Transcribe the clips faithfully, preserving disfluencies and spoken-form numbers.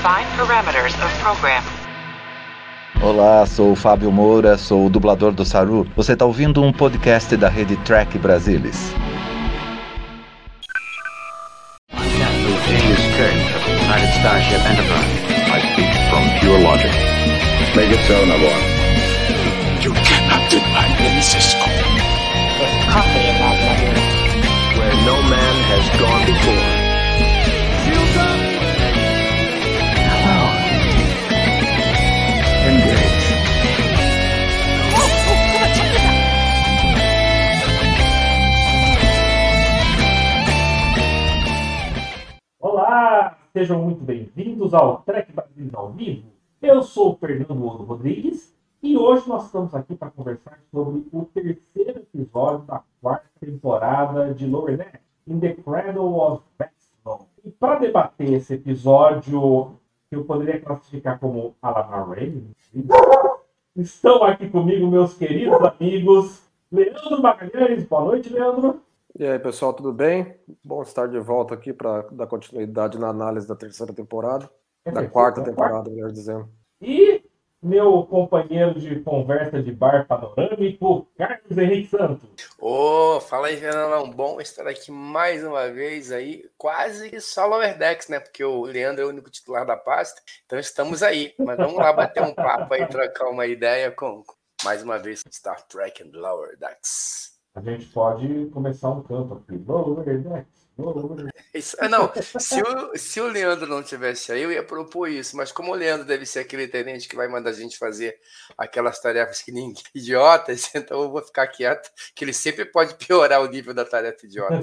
Define parameters of program. Olá, sou o Fábio Moura, sou o dublador do Saru. Você está ouvindo um podcast da rede Trek Brasilis. I'm James Kirk of the United Starship Enterprise. I speak from pure logic. Make it so, Nabor. You cannot deny me, Cisco. There's coffee in that letter. Where no man has gone before. Shields up! Hello. Engage. Olá, sejam muito bem-vindos ao Trek Brasilis ao vivo. Eu sou o Fernando Odo Rodrigues e hoje nós estamos aqui para conversar sobre o terceiro episódio da quarta temporada de Lower Decks, In the Cradle of Vexlon. E para debater esse episódio, que eu poderia classificar como Alamar Rain, estão aqui comigo meus queridos amigos Leandro Magalhães. Boa noite, Leandro. E aí, pessoal, tudo bem? Bom estar de volta aqui para dar continuidade na análise da terceira temporada, É da terceira, quarta da temporada, quarta. melhor dizendo. E meu companheiro de conversa de bar panorâmico, Carlos Henrique Santos. Ô, oh, fala aí, Fernandão. Bom estar aqui mais uma vez aí, quase que só Lower Decks, né? Porque o Leandro é o único titular da pasta, então estamos aí. Mas vamos lá bater um papo aí, trocar uma ideia com, mais uma vez, Star Trek and Lower Decks. A gente pode começar um canto aqui. Lower Decks, Lower Decks. Isso, não, se o, se o Leandro não tivesse aí, eu ia propor isso, mas como o Leandro deve ser aquele tenente que vai mandar a gente fazer aquelas tarefas que ninguém idiotas, então eu vou ficar quieto, que ele sempre pode piorar o nível da tarefa idiota.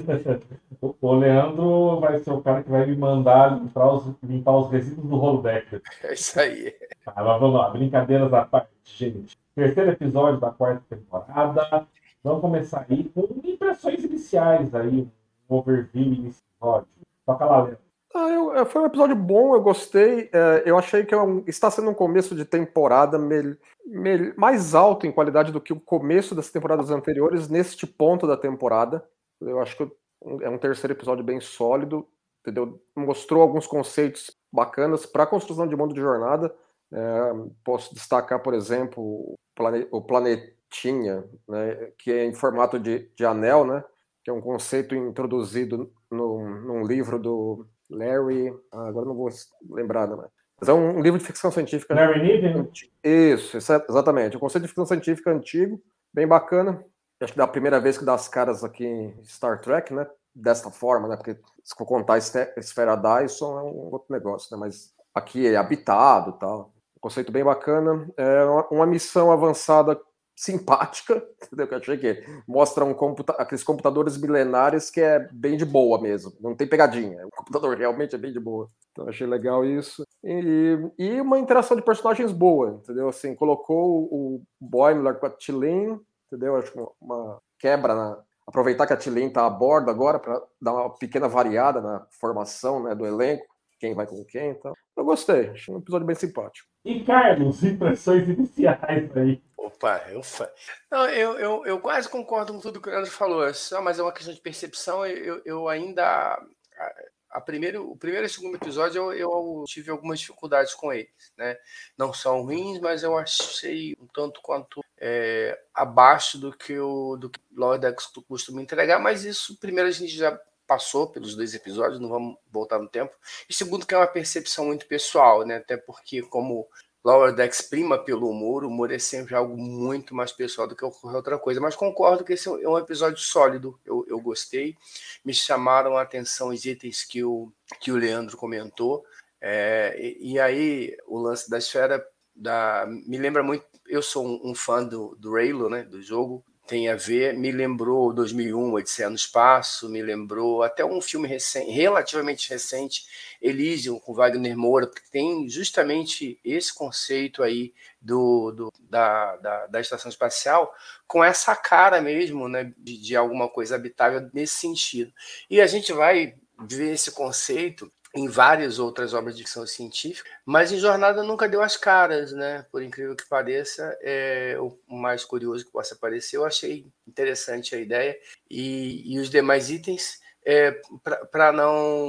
O Leandro vai ser o cara que vai me mandar limpar os, limpar os resíduos do holodeck. É isso aí. Tá, mas vamos lá, brincadeiras à parte, gente. Terceiro episódio da quarta temporada. Vamos começar aí com impressões iniciais aí, um overview inicial. Toca lá, Leandro. Ah, eu, foi um episódio bom, eu gostei. É, eu achei que é um, está sendo um começo de temporada me, me, mais alto em qualidade do que o começo das temporadas anteriores, neste ponto da temporada. Eu acho que é um terceiro episódio bem sólido, entendeu? Mostrou alguns conceitos bacanas para a construção de mundo de jornada. É, posso destacar, por exemplo, o, plane, o planetinha, né, que é em formato de, de anel, né, que é um conceito introduzido no, num livro do Larry, ah, agora não vou lembrar, né, mas é um, um livro de ficção científica. Larry Niven? Isso, exatamente, um conceito de ficção científica antigo, bem bacana. Acho que da primeira vez que dá as caras aqui em Star Trek, né, desta forma, né, porque se for contar a esfera Dyson é um outro negócio, né, mas aqui é habitado e tal. Conceito bem bacana, é uma, uma missão avançada simpática, entendeu? Que eu achei que mostra um computa- aqueles computadores milenares que é bem de boa mesmo, não tem pegadinha, o computador realmente é bem de boa, então achei legal isso, e, e uma interação de personagens boa, entendeu? Assim, colocou o Boimler com a T'Lin, entendeu? Acho que uma, uma quebra, na, aproveitar que a T'Lin está a bordo agora para dar uma pequena variada na formação, né, do elenco, quem vai com quem, então eu gostei, achei um episódio bem simpático. E Carlos, impressões iniciais aí. Opa, eu, não, eu, eu, eu quase concordo com tudo que o Leandro falou, só, mas é uma questão de percepção. Eu, eu ainda. A, a primeiro, o primeiro e o segundo episódio eu, eu tive algumas dificuldades com eles, né? Não são ruins, mas eu achei um tanto quanto é, abaixo do que o do que o Lower Decks costuma entregar, mas isso, primeiro, a gente já passou pelos dois episódios, não vamos voltar no tempo. E segundo, que é uma percepção muito pessoal, né? Até porque, como Lower Decks prima pelo humor, o humor é sempre algo muito mais pessoal do que qualquer outra coisa. Mas concordo que esse é um episódio sólido, eu, eu gostei. Me chamaram a atenção os itens que o, que o Leandro comentou. É, e, e aí, o lance da esfera da, me lembra muito. Eu sou um, um fã do, do Reylo, né? Do jogo. Tem a ver, me lembrou dois mil e um, Odisseia no Espaço, me lembrou até um filme recente, relativamente recente, Elysium, com Wagner Moura, porque tem justamente esse conceito aí do, do, da, da, da estação espacial, com essa cara mesmo, né, de, de alguma coisa habitável nesse sentido. E a gente vai ver esse conceito em várias outras obras de ficção científica, mas em Jornada nunca deu as caras, né? Por incrível que pareça, é o mais curioso que possa parecer. Eu achei interessante a ideia, e, e os demais itens, é, para não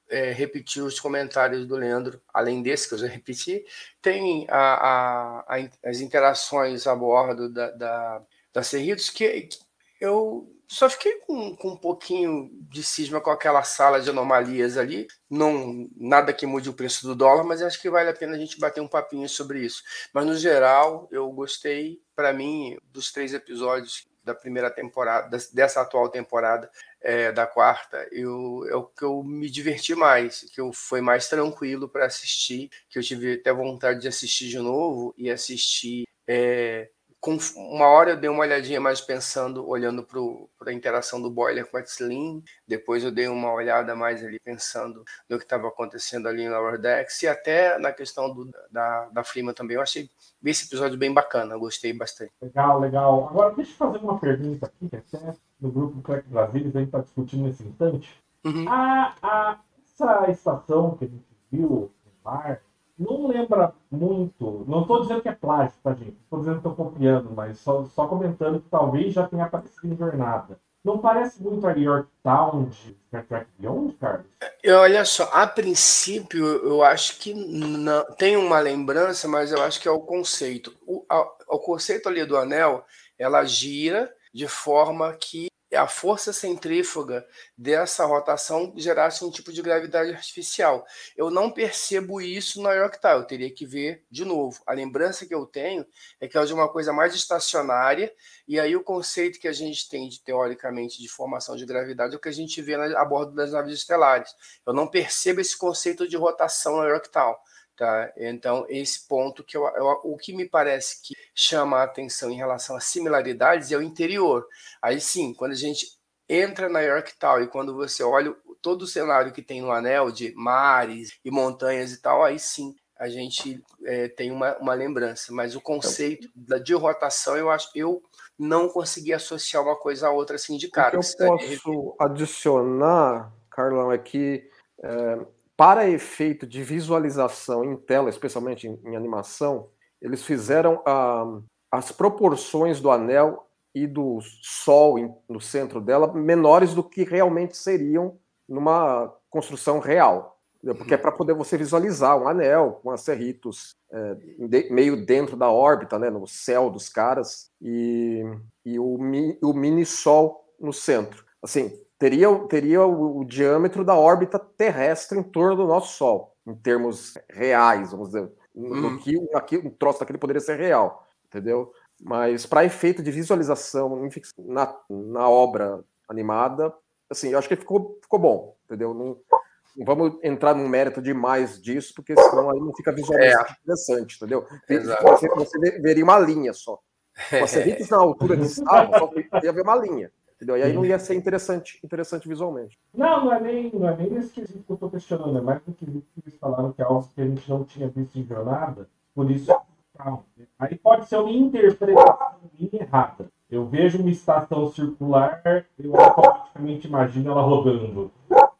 é, repetir os comentários do Leandro, além desse que eu já repeti, tem a, a, a, as interações a bordo da, da, da Cerritos, que, que eu só fiquei com, com um pouquinho de cisma com aquela sala de anomalias ali, não, nada que mude o preço do dólar, mas acho que vale a pena a gente bater um papinho sobre isso. Mas, no geral, eu gostei, para mim, dos três episódios da primeira temporada, dessa atual temporada, é, da quarta, eu, é o que eu me diverti mais, que eu foi mais tranquilo para assistir, que eu tive até vontade de assistir de novo e assistir... É, com uma hora eu dei uma olhadinha mais pensando, olhando para a interação do Boiler com a Slim, depois eu dei uma olhada mais ali pensando no que estava acontecendo ali na Lower Decks, e até na questão do, da, da Freeman também. Eu achei esse episódio bem bacana, eu gostei bastante. Legal, legal. Agora deixa eu fazer uma pergunta aqui, que até no grupo Trek Brasilis a gente está discutindo nesse instante. Uhum. A, a, essa estação que a gente viu no mar, não lembra muito, não estou dizendo que é plágio, tá, gente? Estou dizendo que estou copiando, mas só, só comentando que talvez já tenha aparecido em Jornada. Não parece muito a Yorktown de Star Trek Beyond, Carlos? Eu, olha só, a princípio eu acho que não, tem uma lembrança, mas eu acho que é o conceito. O, a, o conceito ali do anel, ela gira de forma que a força centrífuga dessa rotação gerasse um tipo de gravidade artificial. Eu não percebo isso na Yorktown, eu teria que ver de novo. A lembrança que eu tenho é que é de uma coisa mais estacionária, e aí o conceito que a gente tem, de, teoricamente, de formação de gravidade é o que a gente vê na, a bordo das naves estelares. Eu não percebo esse conceito de rotação na Yorktown. Tá? Então, esse ponto que eu, eu, o que me parece que chama a atenção em relação às similaridades é o interior. Aí sim, quando a gente entra na Yorktown e quando você olha todo o cenário que tem no anel de mares e montanhas e tal, aí sim a gente é, tem uma, uma lembrança. Mas o conceito da, de rotação, eu acho eu não consegui associar uma coisa a outra assim de cara. O que eu posso adicionar, Carlão, é que é, para efeito de visualização em tela, especialmente em, em animação, eles fizeram ah, as proporções do anel e do Sol em, no centro dela menores do que realmente seriam numa construção real. Entendeu? Porque é para poder você visualizar um anel com as Cerritos é, de, meio dentro da órbita, né, no céu dos caras, e, e o, o mini-Sol no centro. Assim, teria, teria o, o diâmetro da órbita terrestre em torno do nosso Sol, em termos reais, vamos dizer. No Hum. que aqui, um troço daquele poderia ser real, entendeu? Mas para efeito de visualização na, na obra animada, assim, eu acho que ficou, ficou bom, entendeu? Não, não vamos entrar num mérito demais disso, porque senão aí não fica visualmente é. interessante, entendeu? Você, você veria uma linha só. Você Cerritos na altura que estava, só ia ver uma linha. Entendeu? E aí não ia ser interessante, interessante visualmente. Não, não é nem, não é nem nesse quesito que eu estou questionando, é mais no quesito que eles falaram que é algo que a gente não tinha visto em Jornada, por isso calma. Aí pode ser uma interpretação minha errada. Eu vejo uma estação circular, eu automaticamente imagino ela rodando.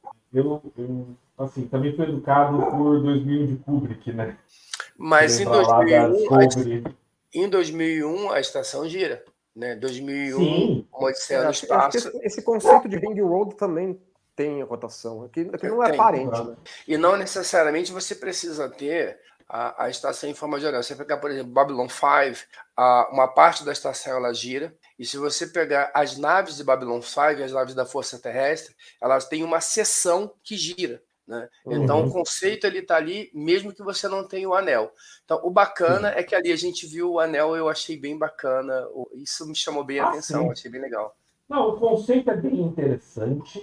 Eu, eu assim, também fui educado por dois mil de Kubrick, né? Mas em dois mil e um, a, em dois mil e um a estação gira. Né? dois mil e um, Sim. uma Odisseia no Espaço. Esse, esse conceito de ring road também tem a rotação. Aqui, aqui não é tem, aparente. Né? E não necessariamente você precisa ter a, a estação em forma geral. Você pegar, por exemplo, Babylon cinco, a, uma parte da estação ela gira. E se você pegar as naves de Babylon cinco, as naves da Força Terrestre, elas têm uma seção que gira. Né? Então, uhum. o conceito ele está ali, mesmo que você não tenha o anel. Então, o bacana uhum. é que ali a gente viu o anel, eu achei bem bacana. Isso me chamou bem a ah, atenção, sim. achei bem legal. Não, o conceito é bem interessante.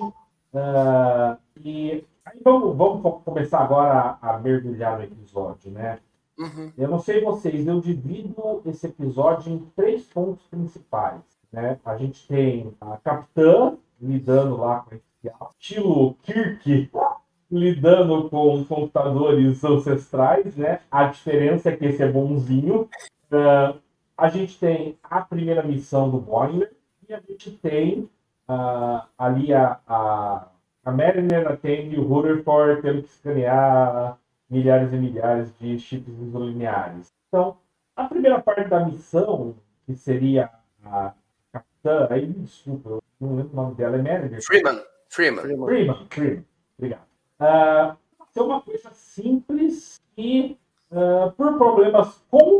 Uh, e aí vamos, vamos começar agora a, a mergulhar no episódio, né? Uhum. Eu não sei vocês, eu divido esse episódio em três pontos principais. Né? A gente tem a capitã lidando lá com esse estilo Kirk, lidando com computadores ancestrais, né? A diferença é que esse é bonzinho. Uh, a gente tem a primeira missão do Boiler e a gente tem uh, ali a, a, a Mariner, a Tandy e o Rutherford tendo que escanear milhares e milhares de chips isolineares. Então, a primeira parte da missão, que seria a capitã, aí me desculpa, eu não lembro o nome dela, é Mariner? Freeman. Freeman. Freeman, Freeman. Obrigado. uh, ser uma coisa simples e, uh, por problemas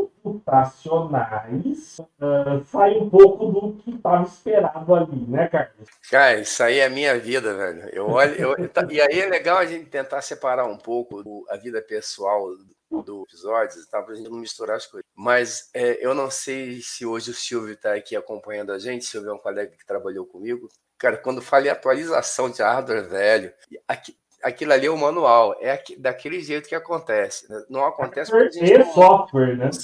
computacionais, uh, sai um pouco do que estava esperado ali, né, Carlos? Cara, isso aí é a minha vida, velho. Eu olho, eu, e aí é legal a gente tentar separar um pouco do, a vida pessoal do, do episódio, tá? Pra gente não misturar as coisas. Mas é, eu não sei se hoje o Silvio está aqui acompanhando a gente. Silvio é um colega que trabalhou comigo. Cara, quando fala em atualização de hardware velho, aqui, aquilo ali é o manual, é aqui, daquele jeito que acontece, né? Não acontece porque a gente é software, né?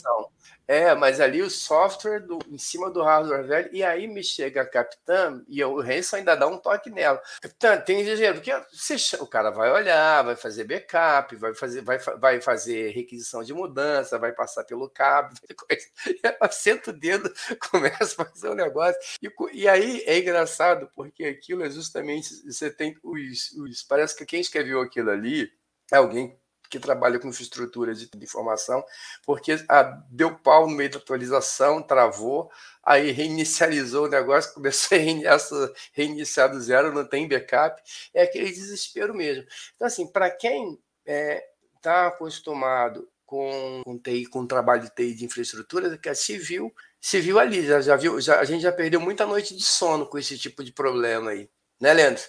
É, mas ali o software do, em cima do hardware velho, e aí me chega a Capitã, e o Hanson ainda dá um toque nela. Capitã, tem engenheiro, porque você, o cara vai olhar, vai fazer backup, vai fazer, vai, vai fazer requisição de mudança, vai passar pelo cabo, coisa. Ela senta o dedo, começa a fazer um negócio, e, e aí é engraçado, porque aquilo é justamente, você tem os, os parece que quem escreveu aquilo ali é alguém que trabalha com infraestrutura de, de informação, porque ah, deu pau no meio da atualização, travou, aí reinicializou o negócio, começou a reiniciar, reiniciar do zero, não tem backup, é aquele desespero mesmo. Então, assim, para quem está é, acostumado com, com T I, com trabalho de T I de infraestrutura, que se viu, se viu ali, já, já viu, já, a gente já perdeu muita noite de sono com esse tipo de problema aí. Né, Leandro?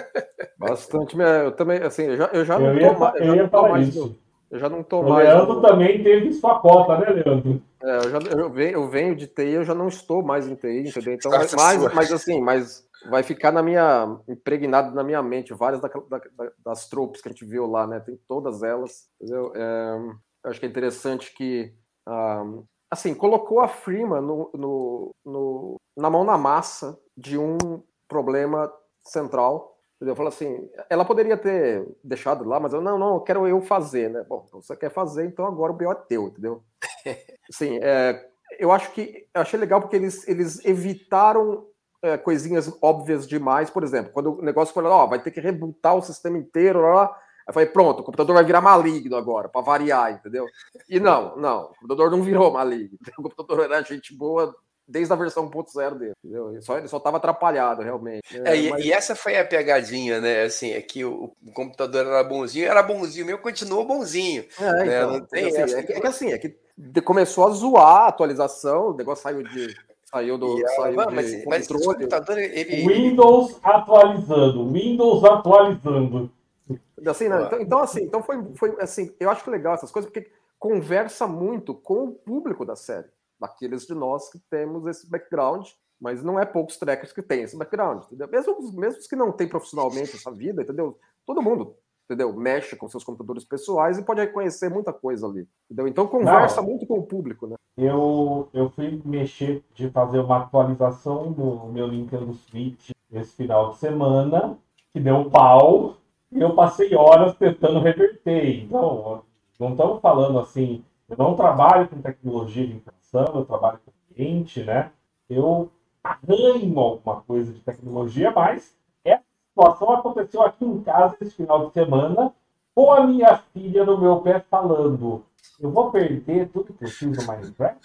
Bastante. Eu também, assim, eu já, eu já eu não ia, tô mais. Eu, eu ia falar isso. Eu já não tô o mais. O Leandro no... também teve sua cota, né, Leandro? É, eu, já, eu, venho, eu venho de T I, eu já não estou mais em T I, entendeu? Então, mas, mas, mas assim, mas vai ficar na minha, impregnado na minha mente, várias da, da, das tropes que a gente viu lá, né? Tem todas elas, entendeu? É, eu acho que é interessante que, um, assim, colocou a Freeman no, no, no, na mão na massa de um problema central, entendeu? Fala assim, ela poderia ter deixado lá, mas eu, não, não, eu quero eu fazer, né? Bom, então você quer fazer, então agora o B O é teu, entendeu? Sim, é, eu acho que, eu achei legal porque eles, eles evitaram é, coisinhas óbvias demais, por exemplo, quando o negócio foi, ó, vai ter que rebootar o sistema inteiro, lá, lá, aí eu falei, pronto, o computador vai virar maligno agora, para variar, entendeu? E não, não, o computador não virou maligno, o computador era gente boa, desde a versão um ponto zero dele, entendeu? Ele só, ele só tava atrapalhado, realmente. É, é, mas... E essa foi a pegadinha, né? Assim, é que o, o computador era bonzinho, era bonzinho, meu continuou bonzinho. É, né? então, Não tem assim, essa... é, que, é que assim, é que começou a zoar a atualização, o negócio saiu de... Saiu do ela, saiu não, de mas, mas o computador, ele... Windows ele... atualizando, Windows atualizando. Assim, não, então, então, assim, então foi, foi assim, eu acho legal essas coisas, porque conversa muito com o público da série. Daqueles de nós que temos esse background, mas não é poucos trackers que têm esse background, entendeu? Mesmo os mesmos que não têm profissionalmente essa vida, entendeu? Todo mundo, entendeu? Mexe com seus computadores pessoais e pode reconhecer muita coisa ali, entendeu? Então conversa não, muito com o público, né? Eu, eu fui mexer de fazer uma atualização no meu Nintendo Switch esse final de semana, que deu um pau, e eu passei horas tentando reverter. Então, não estamos falando assim, eu não trabalho com tecnologia de informação, eu trabalho com cliente, né? Eu arranho alguma coisa de tecnologia, mas essa situação aconteceu aqui em casa esse final de semana, com a minha filha no meu pé falando, eu vou perder tudo que eu fiz no Minecraft?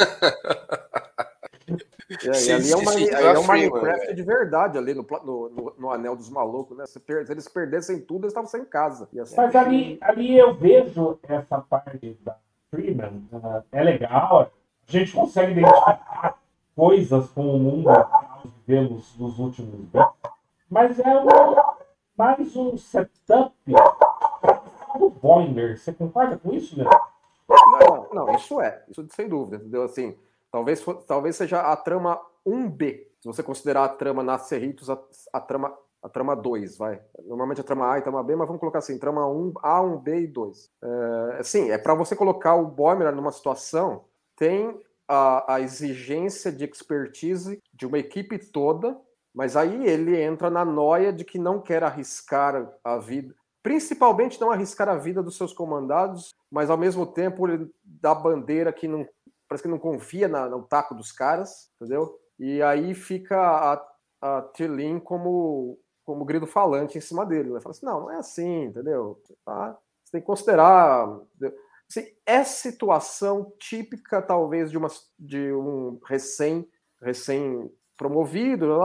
É, sim, e ali sim, é, uma, sim, é um Minecraft mano, de verdade ali no, no, no Anel dos Malucos, né? Se, per, se eles perdessem tudo, eles estavam sem casa. Assim, mas ali, ali eu vejo essa parte da Freeman, uh, é legal, a gente consegue identificar coisas com o mundo que nós vivemos nos últimos anos, mas é um, mais um setup do Boiler. Você concorda com isso, né? Não, não, isso é, isso sem dúvida, entendeu? Assim, talvez, talvez seja a trama um B, se você considerar a trama na Cerritos, a, a trama a trama dois, vai. Normalmente a trama A e a trama B, mas vamos colocar assim, trama um, A, um B e dois. É, sim, é para você colocar o Boimler numa situação, tem a, a exigência de expertise de uma equipe toda, mas aí ele entra na noia de que não quer arriscar a vida, principalmente não arriscar a vida dos seus comandados, mas ao mesmo tempo ele dá bandeira que não, parece que não confia na, no taco dos caras, entendeu? E aí fica a, a Tilin como, como grito falante em cima dele, né? Fala assim, não, não é assim, entendeu? Tá? Você tem que considerar... Assim, é situação típica, talvez, de, uma, de um recém, recém promovido, lá.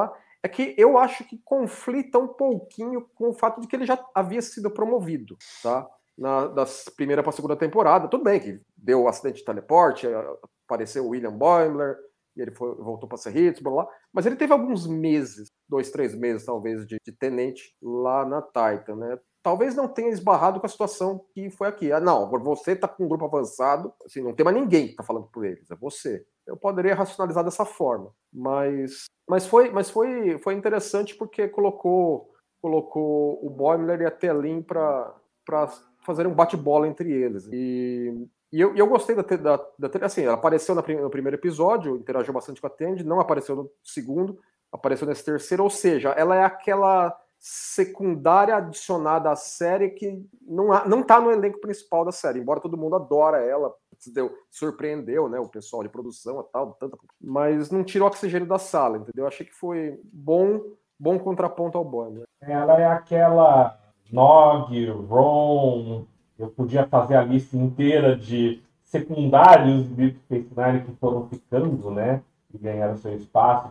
é que eu acho que conflita um pouquinho com o fato de que ele já havia sido promovido, tá? Na, da primeira para a segunda temporada. Tudo bem que deu o acidente de teleporte, apareceu o William Boimler, e ele foi, voltou para ser Hitz, blá, blá, mas ele teve alguns meses, dois, três meses talvez, de, de tenente lá na Titan, né? Talvez não tenha esbarrado com a situação que foi aqui. Ah, não, você está com um grupo avançado, assim, não tem mais ninguém que está falando por eles, é você. Eu poderia racionalizar dessa forma, mas, mas, foi, mas foi, foi interessante porque colocou, colocou o Boimler e a Telin para fazer um bate-bola entre eles. E, e eu, eu gostei da, da, da... Assim, ela apareceu na, no primeiro episódio, interagiu bastante com a Tandy, não apareceu no segundo, apareceu nesse terceiro, ou seja, ela é aquela secundária adicionada à série que não, há, não tá no elenco principal da série, embora todo mundo adora ela, entendeu? Surpreendeu, né, o pessoal de produção e tal, tanta... mas não tirou o oxigênio da sala, entendeu? Achei que foi bom, bom contraponto ao Boimler. Ela é aquela Nog, Ron, eu podia fazer a lista inteira de secundários de Deep Space Nine que foram ficando, né, e ganharam seu espaço,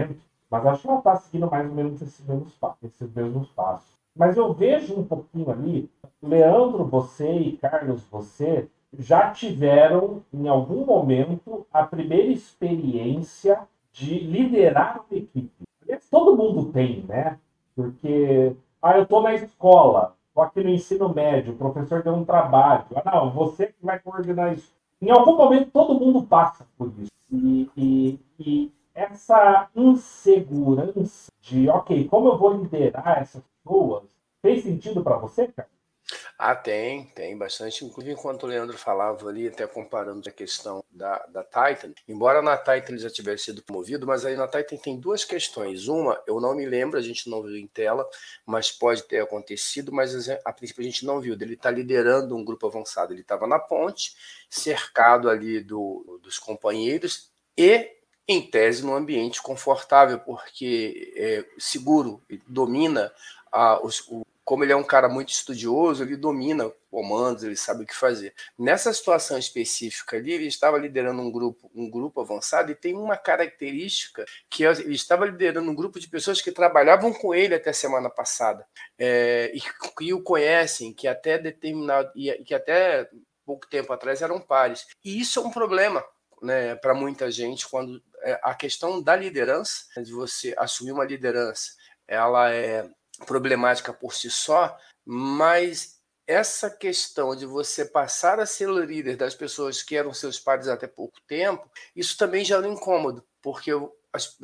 mas acho que ela está seguindo mais ou menos esses mesmos, esses mesmos passos. Mas eu vejo um pouquinho ali, Leandro, você e Carlos, você já tiveram, em algum momento, a primeira experiência de liderar uma equipe. Aliás, todo mundo tem, né? Porque, ah, eu estou na escola, estou aqui no ensino médio, o professor deu um trabalho. Ah, não, você que vai coordenar isso. Em algum momento, todo mundo passa por isso. E... e, e essa insegurança de, ok, como eu vou liderar essas pessoas, fez sentido para você, cara? Ah, tem, tem bastante. Inclusive, enquanto o Leandro falava ali, até comparando a questão da, da Titan, embora na Titan ele já tivesse sido promovido, mas aí na Titan tem duas questões. Uma, eu não me lembro, a gente não viu em tela, mas pode ter acontecido, mas a princípio a gente não viu. Ele está liderando um grupo avançado. Ele estava na ponte, cercado ali do, dos companheiros e em tese, num ambiente confortável, porque é seguro, ele domina, a, os, o, como ele é um cara muito estudioso, ele domina comandos, ele sabe o que fazer. Nessa situação específica ali, ele estava liderando um grupo, um grupo avançado e tem uma característica que ele estava liderando um grupo de pessoas que trabalhavam com ele até a semana passada, é, e que o conhecem, que até determinado, e que até pouco tempo atrás eram pares. E isso é um problema, né, para muita gente, quando a questão da liderança, de você assumir uma liderança, ela é problemática por si só, mas essa questão de você passar a ser o líder das pessoas que eram seus pares até pouco tempo, isso também já é um incômodo, porque é,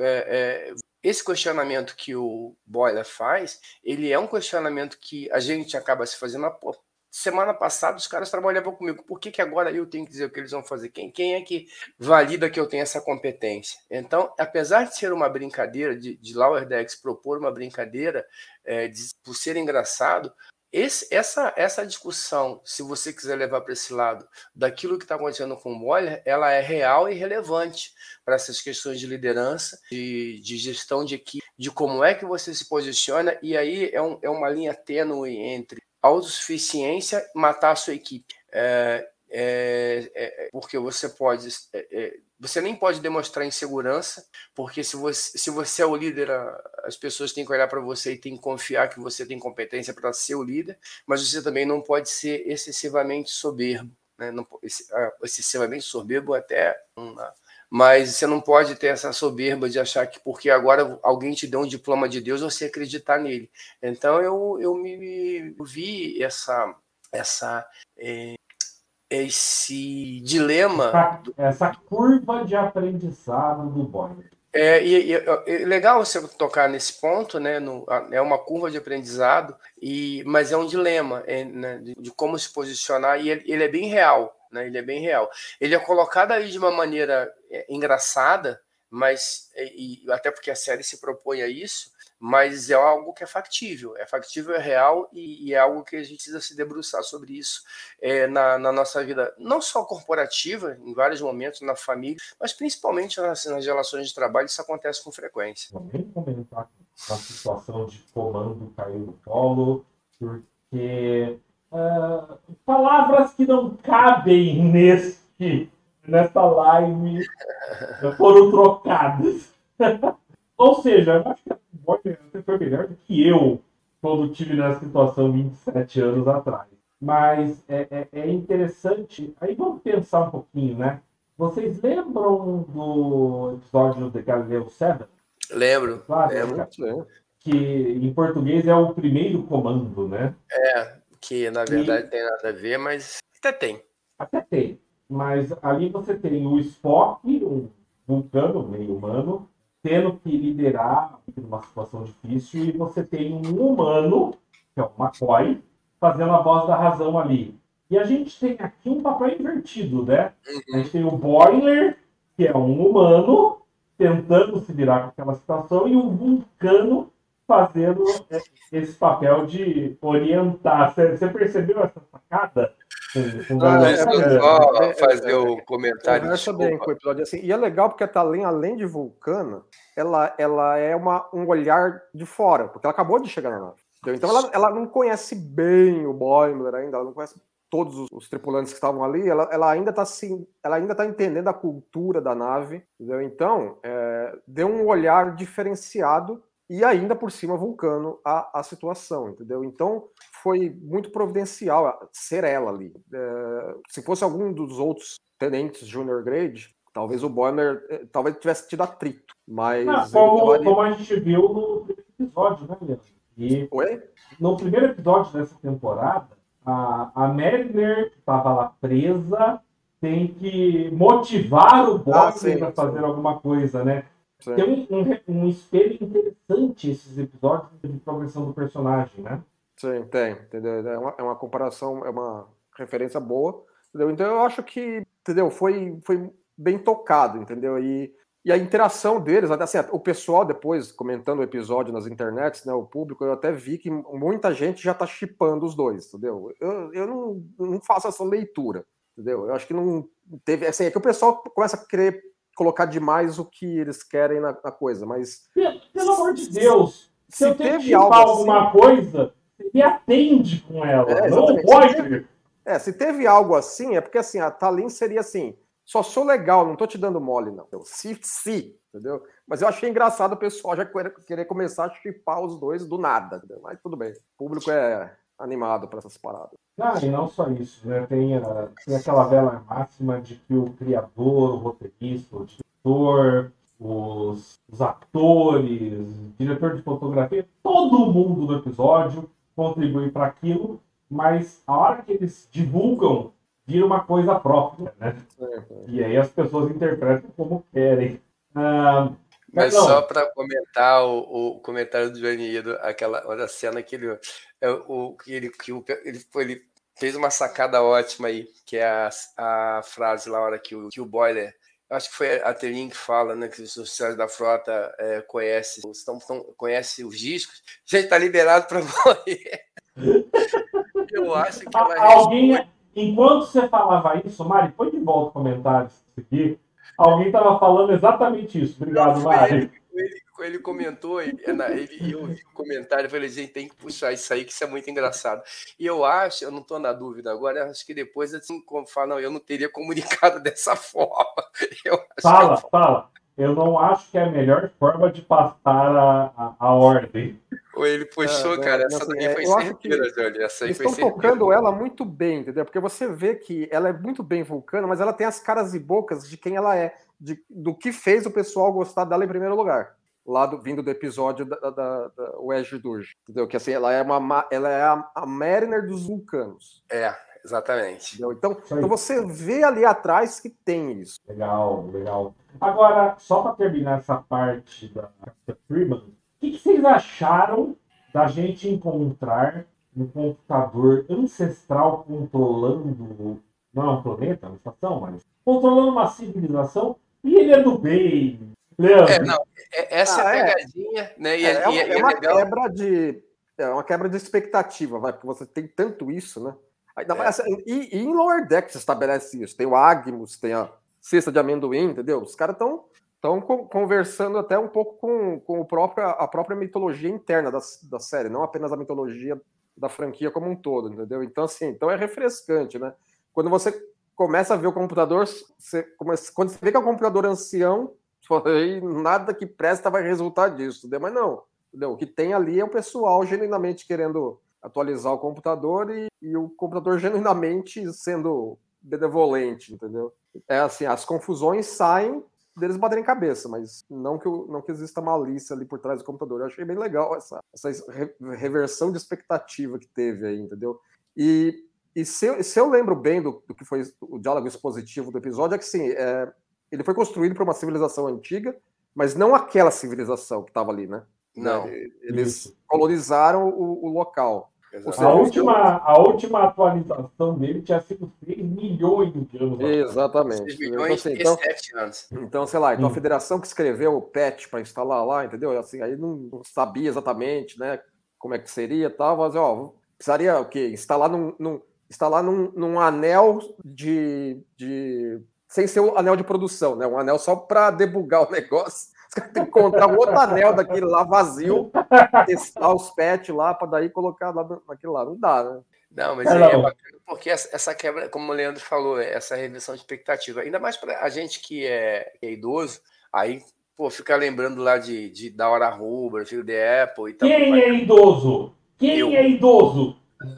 é, esse questionamento que o Boimler faz, ele é um questionamento que a gente acaba se fazendo, pô, semana passada os caras trabalhavam comigo, por que, que agora eu tenho que dizer o que eles vão fazer? Quem, quem é que valida que eu tenho essa competência? Então, apesar de ser uma brincadeira, de, de Lower Decks propor uma brincadeira, é, de, por ser engraçado, esse, essa, essa discussão, se você quiser levar para esse lado, daquilo que está acontecendo com o Boimler, ela é real e relevante para essas questões de liderança, de, de gestão de equipe, de como é que você se posiciona, e aí é, um, é uma linha tênue entre autossuficiência, matar a sua equipe. É, é, é, porque você pode... É, é, você nem pode demonstrar insegurança, porque se você, se você é o líder, as pessoas têm que olhar para você e têm que confiar que você tem competência para ser o líder, mas você também não pode ser excessivamente soberbo. Né? Não, excessivamente soberbo até... Uma, mas você não pode ter essa soberba de achar que porque agora alguém te deu um diploma de Deus, você acreditar nele. Então eu, eu me eu vi essa, essa, é, esse dilema... Essa, essa curva de aprendizado do Boimler. É, e, e, é legal você tocar nesse ponto, né? No, é uma curva de aprendizado, e, mas é um dilema, é, né, de, de como se posicionar, e ele, ele é bem real. Né, ele é bem real. Ele é colocado aí de uma maneira é, engraçada, mas e, e até porque a série se propõe a isso, mas é algo que é factível, é factível, é real e, e é algo que a gente precisa se debruçar sobre isso é, na, na nossa vida, não só corporativa, em vários momentos, na família, mas principalmente nas, nas relações de trabalho, isso acontece com frequência. Vou nem comentar a situação de comando cair no colo, porque... Uh, palavras que não cabem neste, nessa live foram trocadas. Ou seja, eu acho que Boimler até foi melhor do que eu quando tive nessa situação vinte e sete anos atrás. Mas é, é, é interessante. Aí vamos pensar um pouquinho, né? Vocês lembram do episódio de Galileu sete? Lembro, Claro, lembro. né? Que em português é o primeiro comando, né? É, que na verdade E... tem nada a ver, mas até tem. Até tem. Mas ali você tem o Spock, um vulcano meio humano, tendo que liderar uma situação difícil, e você tem um humano, que é o McCoy, fazendo a voz da razão ali. E a gente tem aqui um papel invertido, né? Uhum. A gente tem o Boimler, que é um humano, tentando se virar com aquela situação, e o vulcano fazendo esse papel de orientar. Você percebeu essa sacada? Com, com Ah, Deixa eu é, só é, é, fazer é, o comentário. Conversa bem com o episódio assim. E é legal porque a Talin, além de vulcana, ela, ela é uma, um olhar de fora, porque ela acabou de chegar na nave. Entendeu? Então ela, ela não conhece bem o Boimler ainda, ela não conhece todos os, os tripulantes que estavam ali, ela, ela ainda está assim, ela ainda tá entendendo a cultura da nave, entendeu? Então é, deu um olhar diferenciado e ainda por cima vulcano a, a situação, entendeu? Então foi muito providencial ser ela ali. É, se fosse algum dos outros tenentes junior grade, talvez o Boimler eh, talvez tivesse tido atrito, mas Não, como, tava... como a gente viu no primeiro episódio, né, Leandro? E Oi? No primeiro episódio dessa temporada, a, a Mariner, que estava lá presa, tem que motivar o Boimler ah, a fazer sim. alguma coisa, né? Sim. Tem um, um, um espelho interessante esses episódios de progressão do personagem, né? Sim, tem, entendeu? É uma, é uma comparação, é uma referência boa, entendeu? Então eu acho que, entendeu? Foi, foi bem tocado, entendeu? E, e a interação deles, assim, o pessoal depois comentando o episódio nas internets, né? O público, eu até vi que muita gente já tá shippando os dois, entendeu? Eu, eu não, não faço essa leitura, entendeu? Eu acho que não teve, assim, é que o pessoal começa a querer colocar demais o que eles querem na, na coisa, mas... Pelo, pelo amor de Deus, se, se eu tenho que shippar algo alguma assim, coisa, me atende com ela, é, não pode. É, se teve algo assim, é porque assim, a Talin seria assim, só sou legal, não tô te dando mole, não. Se, se, entendeu? Mas eu achei engraçado o pessoal já querer começar a shippar os dois do nada, entendeu? Mas tudo bem, o público é animado para essas paradas. Ah, e não só isso, né? Tem, a, tem aquela velha máxima de que o criador, o roteirista, o diretor, os, os atores, diretor de fotografia, todo mundo do episódio contribui para aquilo, mas a hora que eles divulgam, vira uma coisa própria, né? É, é. E aí as pessoas interpretam como querem. Ah, mas não. Só para comentar o, o comentário do Joanido, aquela a cena que ele, o, que ele, que o, ele, ele fez uma sacada ótima aí, que é a, a frase lá, a hora que o, que o Boimler, acho que foi a Telin que fala, né, que os oficiais da frota é, conhecem, estão, estão, conhecem os discos, já está liberado para morrer. Eu acho que ela Alguém, responde... enquanto você falava isso, Mari, põe de volta o comentário aqui. Alguém estava falando exatamente isso. Obrigado, Mari. Ele, ele, ele comentou, ele, ele, eu vi o comentário, eu falei, gente, tem que puxar isso aí, que isso é muito engraçado. E eu acho, eu não estou na dúvida agora, acho que depois, assim, como fala, não, eu não teria comunicado dessa forma. Eu fala, que... fala. Eu não acho que é a melhor forma de passar a, a, a ordem. Ou ele puxou, é, cara, essa daí foi certeira, Johnny. Essa aí eles foi estão tocando ela muito bem, entendeu? Porque você vê que ela é muito bem vulcana, mas ela tem as caras e bocas de quem ela é, de, do que fez o pessoal gostar dela em primeiro lugar. Lá do, vindo do episódio da, da, da Wedge Durge, entendeu? Que assim, ela é, uma, ela é a, a Mariner dos vulcanos. É, exatamente. Entendeu? Então, então você vê ali atrás que tem isso. Legal, legal. Agora, só para terminar essa parte da Capitã Freeman, o que, que vocês acharam da gente encontrar um computador ancestral controlando, não é um planeta, uma estação, mas controlando uma civilização, e ele é do bem, Leandro? É, não, essa ah, é a pegadinha, é. Né? E é, é, é, uma, é, é uma legal. quebra de é uma quebra de expectativa, vai, porque você tem tanto isso, né? Ainda é. mais, e, e em Lower Deck se estabelece isso. Tem o Agmus, tem a cesta de amendoim, entendeu? Os caras estão estão conversando até um pouco com, com o próprio, a própria mitologia interna da, da série, não apenas a mitologia da franquia como um todo, entendeu? Então, assim, então é refrescante, né? Quando você começa a ver o computador, você começa, quando você vê que é um computador ancião, aí nada que presta vai resultar disso, entendeu? Mas não, Entendeu? O que tem ali é o pessoal genuinamente querendo atualizar o computador e, e o computador genuinamente sendo benevolente, entendeu? É assim, as confusões saem deles baterem cabeça, mas não que, não que exista malícia ali por trás do computador. Eu achei bem legal essa, essa reversão de expectativa que teve aí, entendeu? E, e se, eu, se eu lembro bem do, do que foi o diálogo expositivo do episódio, é que sim, é, ele foi construído por uma civilização antiga, mas não aquela civilização que estava ali, né? Não. Eles Isso. colonizaram o, o local. A última, a última atualização dele tinha sido seis milhões de anos. Exatamente. seis milhões então, e então, sete anos. Então, sei lá, então Hum. a federação que escreveu o patch para instalar lá, entendeu? Assim, aí não, não sabia exatamente, né, como é que seria e tal, mas, ó, precisaria o quê? Instalar num, num, instalar num, num anel de, de... sem ser um anel de produção, né? Um anel só para debugar o negócio. Os caras têm que encontrar um outro anel daquele lá vazio, testar os patch lá, para daí colocar lá naquele lá. Não dá, né? Não, mas aí é bacana porque essa, essa quebra, como o Leandro falou, essa reversão de expectativa, ainda mais para a gente que é, que é idoso, aí, pô, fica lembrando lá de, de da hora rubra, filho de Apple e tal. Quem é idoso? Quem Eu. é idoso?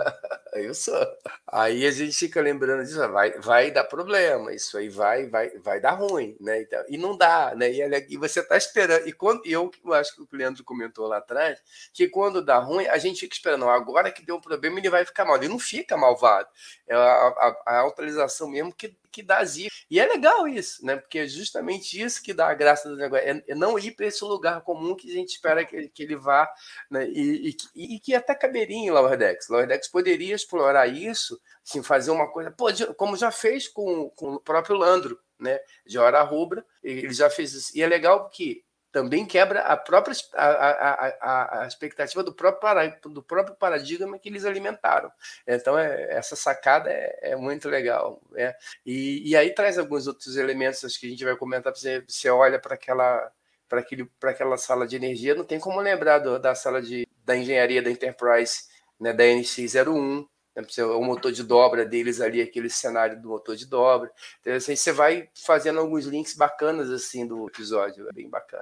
Eu sou. Aí a gente fica lembrando disso, vai, vai dar problema, isso aí vai, vai, vai dar ruim, né? Então, e não dá, né? E, e você está esperando. E quando eu, eu acho que o Leandro comentou lá atrás, que quando dá ruim, a gente fica esperando, não, agora que deu um problema, ele vai ficar mal. Ele não fica malvado. É a, a, a atualização mesmo que, que dá zica. E é legal isso, né? Porque é justamente isso que dá a graça do negócio. É, é não ir para esse lugar comum que a gente espera que, que ele vá, né? E, e, e que até caberia em Lower Decks. Lower Decks poderia explorar isso, assim, fazer uma coisa, pô, como já fez com, com o próprio Landro, né? De Hora Rubra, ele já fez isso. E é legal porque também quebra a própria a, a, a, a expectativa do próprio, do próprio paradigma que eles alimentaram. Então, é, essa sacada é, é muito legal. Né? E, e aí traz alguns outros elementos acho que a gente vai comentar. Você, você olha para aquela, para aquele, para aquela sala de energia, não tem como lembrar do, da sala de, da engenharia da Enterprise, né, da N X zero um, né, o motor de dobra deles ali, aquele cenário do motor de dobra. Então, assim, você vai fazendo alguns links bacanas assim do episódio, é bem bacana.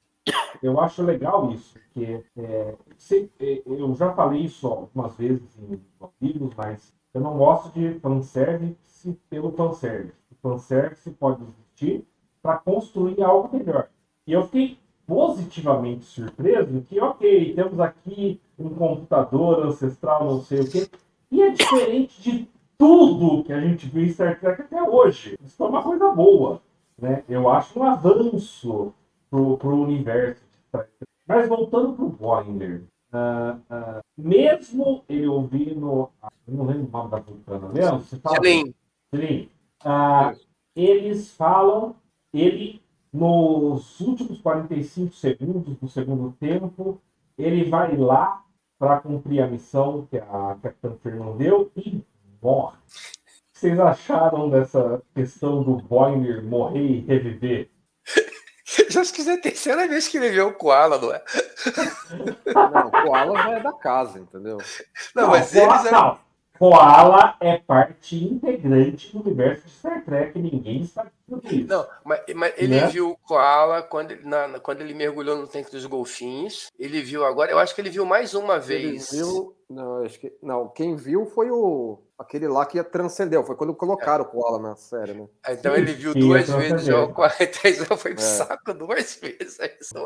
Eu acho legal isso, porque é, se, eu já falei isso algumas vezes em artigos, mas eu não gosto de fanservice pelo fanservice. O fanservice pode existir para construir algo melhor. E eu fiquei positivamente surpreso que, ok, temos aqui um computador ancestral, não sei o quê, e é diferente de tudo que a gente viu em Star Trek até hoje. Isso é uma coisa boa, né? Eu acho um avanço pro, pro universo de Star Trek. Mas voltando pro Boimler, uh, uh, mesmo ele ouvindo, eu não lembro o nome da vulcana, mesmo? Você fala? Sim. Sim. Uh, eles falam, ele nos últimos quarenta e cinco segundos do segundo tempo, ele vai lá para cumprir a missão que a Capitã Fernand deu e morre. O que vocês acharam dessa questão do Boimler morrer e reviver? Já acho que é a terceira vez que ele vê o Koala, não é? Não, o Koala já é da casa, entendeu? Não, não mas eles... Não. Eram... Koala é parte integrante do universo de Star Trek, ninguém sabe disso. Não, mas, mas ele né? viu o Koala quando ele, na, quando ele mergulhou no tanque dos golfinhos. Ele viu agora, eu acho que ele viu mais uma vez. Ele viu, não, acho que, não, quem viu foi o aquele lá que transcendeu, foi quando colocaram é. o Koala na série, né? Então sim, ele viu sim, duas vezes já o quarenta e já foi pro é. saco duas vezes.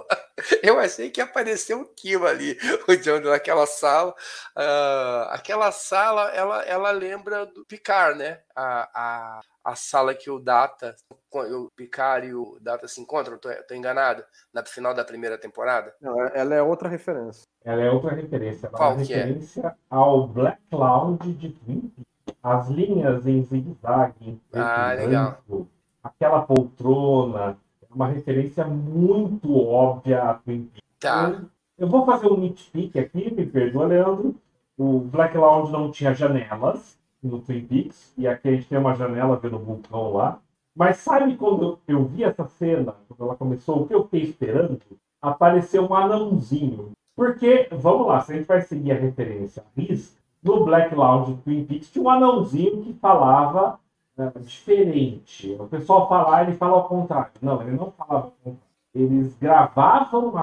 Eu achei que apareceu o Kima ali, o John naquela sala. Uh, aquela sala, ela, ela lembra do Picard, né? A, a, a sala que o Data, o Picard e o Data se encontram, tô, tô enganado, no final da primeira temporada? Não, ela é outra referência. Ela é outra referência. Ela Qual é que referência é? ao Black Cloud de Twin Peaks. As linhas em zigue-zague, ah, legal. Aquela poltrona, é uma referência muito óbvia a Twin Peaks. Tá. Eu, eu vou fazer um nitpick aqui, me perdoa, Leandro. O Black Cloud não tinha janelas no Twin Peaks, e aqui a gente tem uma janela vendo o vulcão lá. Mas sabe quando eu vi essa cena, quando ela começou, o que eu fiquei esperando? Apareceu um anãozinho. Porque, vamos lá, se a gente vai seguir a referência a risca, no Black Cloud Twin Peaks tinha um anãozinho que falava uh, diferente. O pessoal falar, ele fala ao contrário. Não, ele não falava ao contrário. Eles gravavam as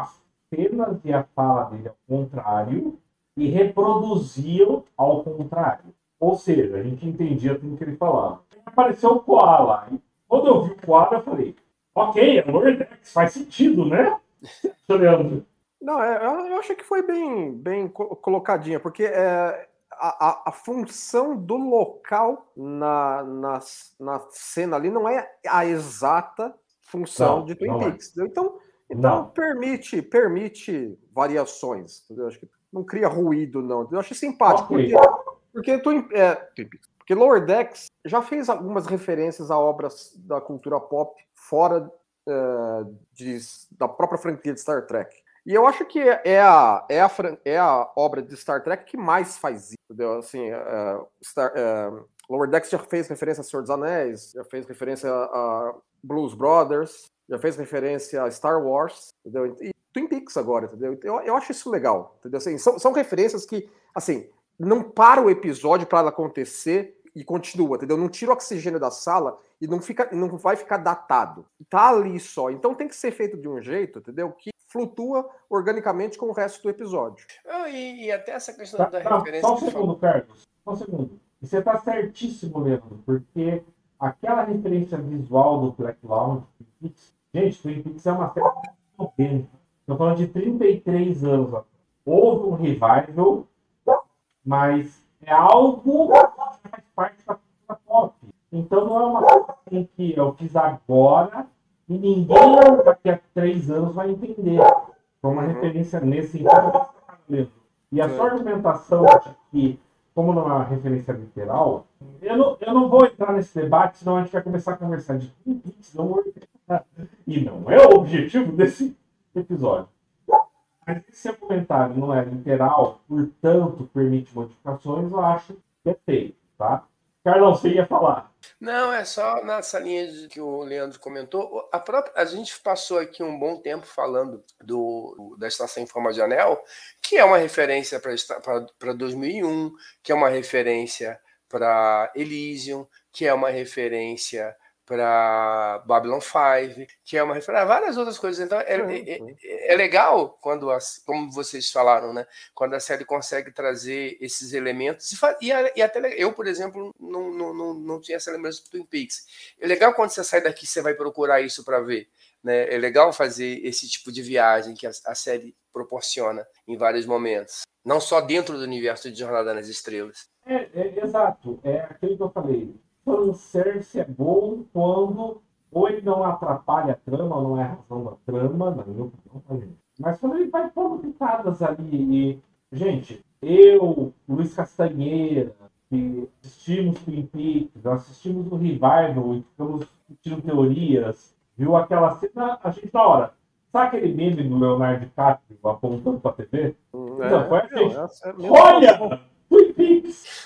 cenas e a fala dele ao contrário e reproduziam ao contrário. Ou seja, a gente entendia tudo que ele falava. Apareceu o Koala. E quando eu vi o Koala, eu falei, ok, é Lordex, faz sentido, né? Leandro. Não, é, eu acho que foi bem, bem colocadinha, porque é, a, a, a função do local na, na, na cena ali não é a exata função não, de Twin Peaks. É. Então, então não. permite, permite variações. Entendeu? Acho que não cria ruído, não. Eu achei simpático, okay. porque, porque, Twin, é, porque Lower Decks já fez algumas referências a obras da cultura pop fora é, de, da própria franquia de Star Trek. E eu acho que é a, é a, é a obra de Star Trek que mais faz isso, entendeu? Assim, uh, Star, uh, Lower Decks já fez referência a Senhor dos Anéis, já fez referência a Blues Brothers, já fez referência a Star Wars, entendeu? E Twin Peaks agora, entendeu? Eu, eu acho isso legal, entendeu? Assim, são, são referências que, assim, não para o episódio para ela acontecer e continua, entendeu? Não tira o oxigênio da sala e não, fica, não vai ficar datado. Tá ali só. Então tem que ser feito de um jeito, entendeu? Que flutua organicamente com o resto do episódio. Ah, e, e até essa questão tá, da tá, referência... Só um segundo, Carlos. Só um segundo. E você tá certíssimo, Leandro, porque aquela referência visual do Black Lounge, gente, Twin Peaks é uma série de noventa. Estou falando de trinta e três anos. Houve um revival, mas é algo que faz parte da cultura pop. Então não é uma coisa que eu fiz agora e ninguém daqui a três anos vai entender. Foi uma referência nesse sentido. E a sua argumentação de que, como não é uma referência literal, eu não, eu não vou entrar nesse debate, senão a gente vai começar a conversar de Twin Peaks, não e não é o objetivo desse episódio. Mas se seu comentário não é literal, portanto permite modificações, eu acho que é feito, tá? Carlão, você ia falar. Não, é só nessa linha de que o Leandro comentou. A, própria, a gente passou aqui um bom tempo falando do, da Estação em Forma de Anel, que é uma referência para dois mil e um, que é uma referência para Elysium, que é uma referência para Babylon cinco, que é uma referência a várias outras coisas. Então, é, é, é legal quando, as, como vocês falaram, né? Quando a série consegue trazer esses elementos. E, e até eu, por exemplo, não, não, não, não tinha esse elemento do Twin Peaks. É legal quando você sai daqui, você vai procurar isso para ver. Né? É legal fazer esse tipo de viagem que a, a série proporciona em vários momentos. Não só dentro do universo de Jornada nas Estrelas. É, é exato. É aquilo que eu falei. Fanservice é bom quando ou ele não atrapalha a trama, ou não é a razão da trama, na minha opinião, mas quando ele vai pondo pitadas ali. E, gente, eu, Luiz Castanheira, que assistimos Twin Peaks, assistimos o Revival e ficamos discutindo teorias, viu aquela cena, a gente na hora. Sabe aquele meme do Leonardo DiCaprio apontando pra T V? Hum, então, é, foi a gente. É, é olha! Twin Peaks!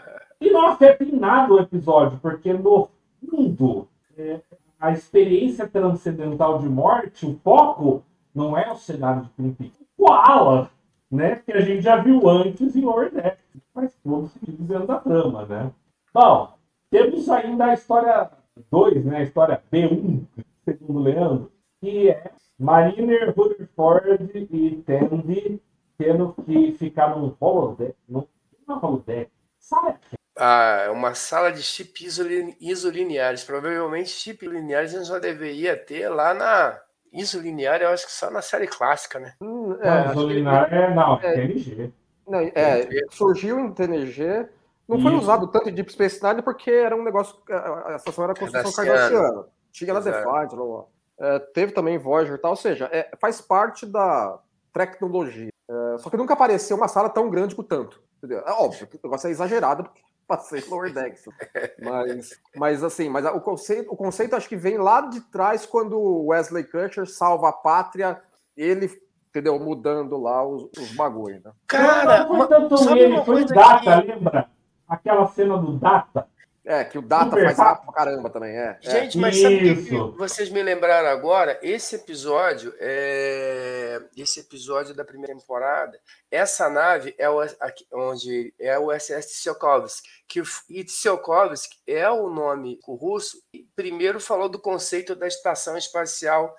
E não afeta em nada o episódio, porque no fundo, é, a experiência transcendental de morte, o foco, não é o cenário de Twin Peaks. O Koala, né? Que a gente já viu antes em Lower Decks. Faz todo sentido dentro da trama, né? Bom, temos ainda a história dois, né? A história B um, segundo o Leandro, que é Mariner, Rutherford e Tandy tendo que ficar num holodeck. Não, não é holodeck. Sabe? Ah, uma sala de chip isolineares. Provavelmente chip lineares a gente só deveria ter lá na isolinear, eu acho que só na série clássica, né? Hum, é, não, isolinear que... é, não, é T N G. Não, é, surgiu em T N G, não Isso. foi usado tanto em Deep Space Nine porque era um negócio, a estação era construção cardassiana. Tinha na Defiant, é, teve também Voyager e tal, ou seja, é, faz parte da tecnologia. É, só que nunca apareceu uma sala tão grande com tanto. Entendeu? É óbvio que o negócio é exagerado, porque passei Lower Decks. Mas, mas assim, mas o conceito, o conceito acho que vem lá de trás quando o Wesley Crusher salva a pátria, ele, entendeu, mudando lá os, os bagulho, né? Cara, não, não foi tanto ele, foi o Data, que... lembra? Aquela cena do Data, É, que o Data Super faz rápido pra caramba também, é. é. Gente, mas sabe o que que Isso. vocês me lembraram agora? Esse episódio, é... esse episódio da primeira temporada, essa nave é o, aqui, onde é o U S S Tsiolkovsky, que o e Tsiolkovsky é o nome russo, e primeiro falou do conceito da estação espacial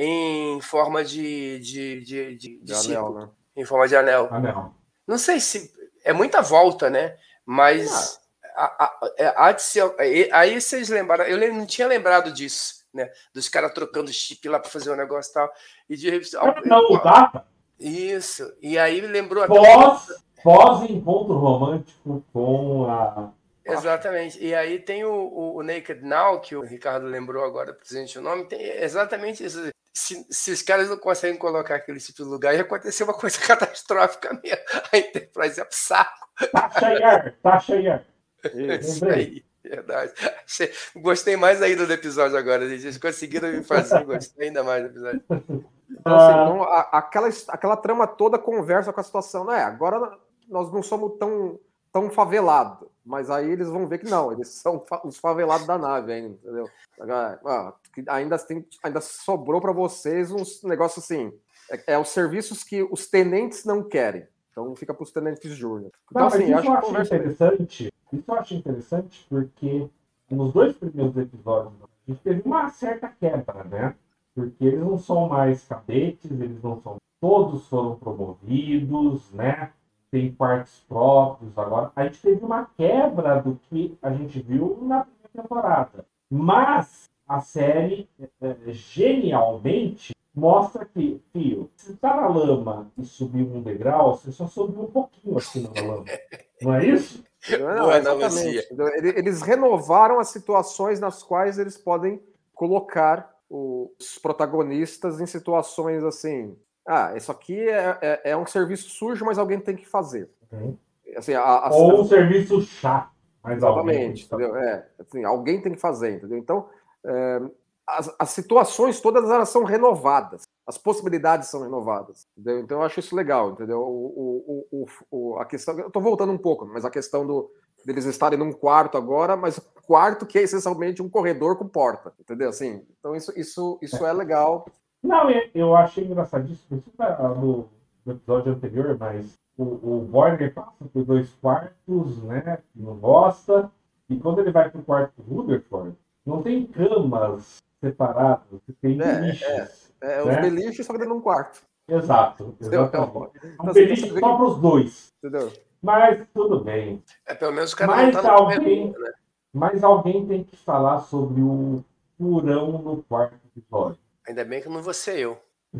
em forma de, de, de, de, de, De anel, círculo, né? em forma de anel. Anel. Não sei se é muita volta, né? Mas a, a, a, a Tsiol- aí vocês lembraram, eu não tinha lembrado disso, né? Dos caras trocando chip lá para fazer um negócio e tal. E de repente. Não, o Data. Isso. E aí me lembrou até. Pós, pós-encontro romântico com a. Exatamente. E aí tem o, o, o Naked Now, que o Ricardo lembrou agora, presente o nome, tem exatamente isso. Se, se os caras não conseguem colocar aquele tipo de lugar, ia acontecer uma coisa catastrófica mesmo. A Enterprise é pro saco. Taxa Yar, taxa Yar. Isso aí, verdade. Gostei mais ainda do episódio agora, gente. Eles conseguiram me fazer, gostei ainda mais do episódio. Então, assim, então, a, aquela, aquela trama toda conversa com a situação. Não é, agora nós não somos tão, tão favelados, mas aí eles vão ver que não, eles são fa- os favelados da nave ainda, entendeu? Agora, ah, que ainda, tem, ainda sobrou para vocês uns negócios assim, é, é os serviços que os tenentes não querem. Então fica para os tenentes júnior. Então, Não, assim, mas isso acho eu que acho conversa bem. interessante. Isso eu acho interessante porque nos dois primeiros episódios a gente teve uma certa quebra, né? Porque eles não são mais cadetes, eles não são. Todos foram promovidos, né? Tem quartos próprios agora. A gente teve uma quebra do que a gente viu na primeira temporada. Mas a série, é, genialmente, mostra que, filho, se tá na lama e subir um degrau, você só subiu um pouquinho acima da lama. Não é isso? Não, não, Boa exatamente. analogia. Ele- Eles renovaram as situações nas quais eles podem colocar os protagonistas em situações assim. Ah, isso aqui é, é, é um serviço sujo, mas alguém tem que fazer. Uhum. Assim, a, a, Ou um serviço chato. Mas alguém exatamente, entendeu? É, assim, alguém tem que fazer, entendeu? Então, é, as, as situações todas elas são renovadas, as possibilidades são renovadas, entendeu? Então eu acho isso legal, entendeu? O, o, o, o, a questão, eu tô voltando um pouco, mas a questão do deles estarem num quarto agora, mas quarto que é essencialmente um corredor com porta, entendeu? Assim, então isso, isso, isso é legal. Não, eu- eu achei engraçadíssimo isso tá no, no episódio anterior, mas o, o Voyager passa por dois quartos, né? Que não gosta, e quando ele vai pro quarto do Rutherford, não tem camas separadas, tem É, beliches. É, os né? beliches só que dentro de um quarto, Exato, entendeu? exatamente. Então, Um assim, beliche você vê só que- para os dois, entendeu? mas tudo bem. É, pelo menos o cara Mas não tá no alguém- corredor, né? Mas alguém tem que falar sobre o furão no quarto episódio. Ainda bem que não vou ser eu.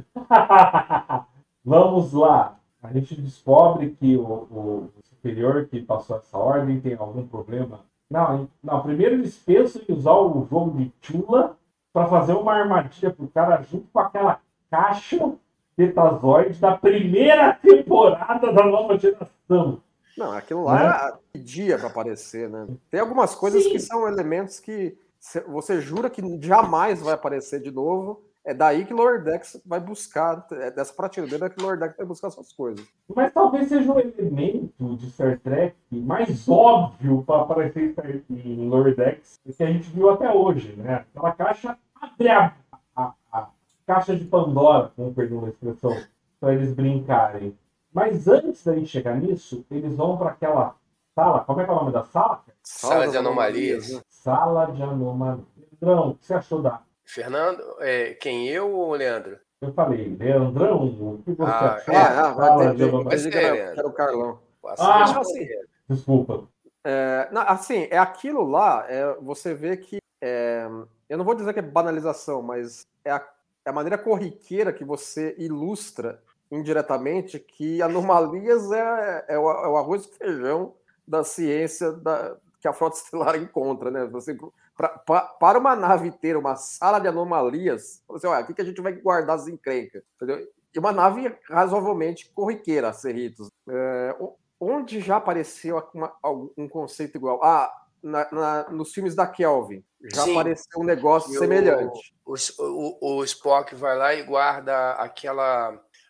Vamos lá. A gente descobre que o, o superior que passou essa ordem tem algum problema. Não, não, primeiro eles pensam em usar o jogo de Chula para fazer uma armadilha pro cara junto com aquela caixa Betazoide da primeira temporada da nova geração. Não, aquilo lá pedia para aparecer, né? Tem algumas coisas Sim. que são elementos que cê- você jura que jamais vai aparecer de novo. É daí que Lower Decks vai buscar, é dessa prateleira que Lower Decks vai buscar suas coisas. Mas talvez seja um elemento de Star Trek mais óbvio para aparecer em Star- em Lower Decks que a gente viu até hoje, né? Aquela caixa abre a, a, a caixa de Pandora, com perdão da expressão, para eles brincarem. Mas antes da gente chegar nisso, eles vão para aquela sala. Como é que é o nome da sala? Sala das de anomalias. né? Sala de anomalias. Leandrão, o que você achou da... Fernando, é, quem eu ou o Leandro? Eu falei, Leandrão, o que você Ah, achou Ah, da ah, sala vai de ter, anomalias? vai ter que era, que era o Carlão. Posso Ah, responder. Desculpa. É, não, assim, é aquilo lá, é, você vê que, é, eu não vou dizer que é banalização, mas é a, é a maneira corriqueira que você ilustra indiretamente que anomalias é, é, o, é o arroz e feijão da ciência da, que a Frota Estelar encontra, né? Você, pra, pra, para uma nave ter uma sala de anomalias, você, olha, aqui que a gente vai guardar as encrencas, entendeu? E uma nave razoavelmente corriqueira, Cerritos. É, onde já apareceu uma, um conceito igual? Ah, na, na, nos filmes da Kelvin, já Sim. apareceu um negócio E o- semelhante. O, o, o Spock vai lá e guarda aquela,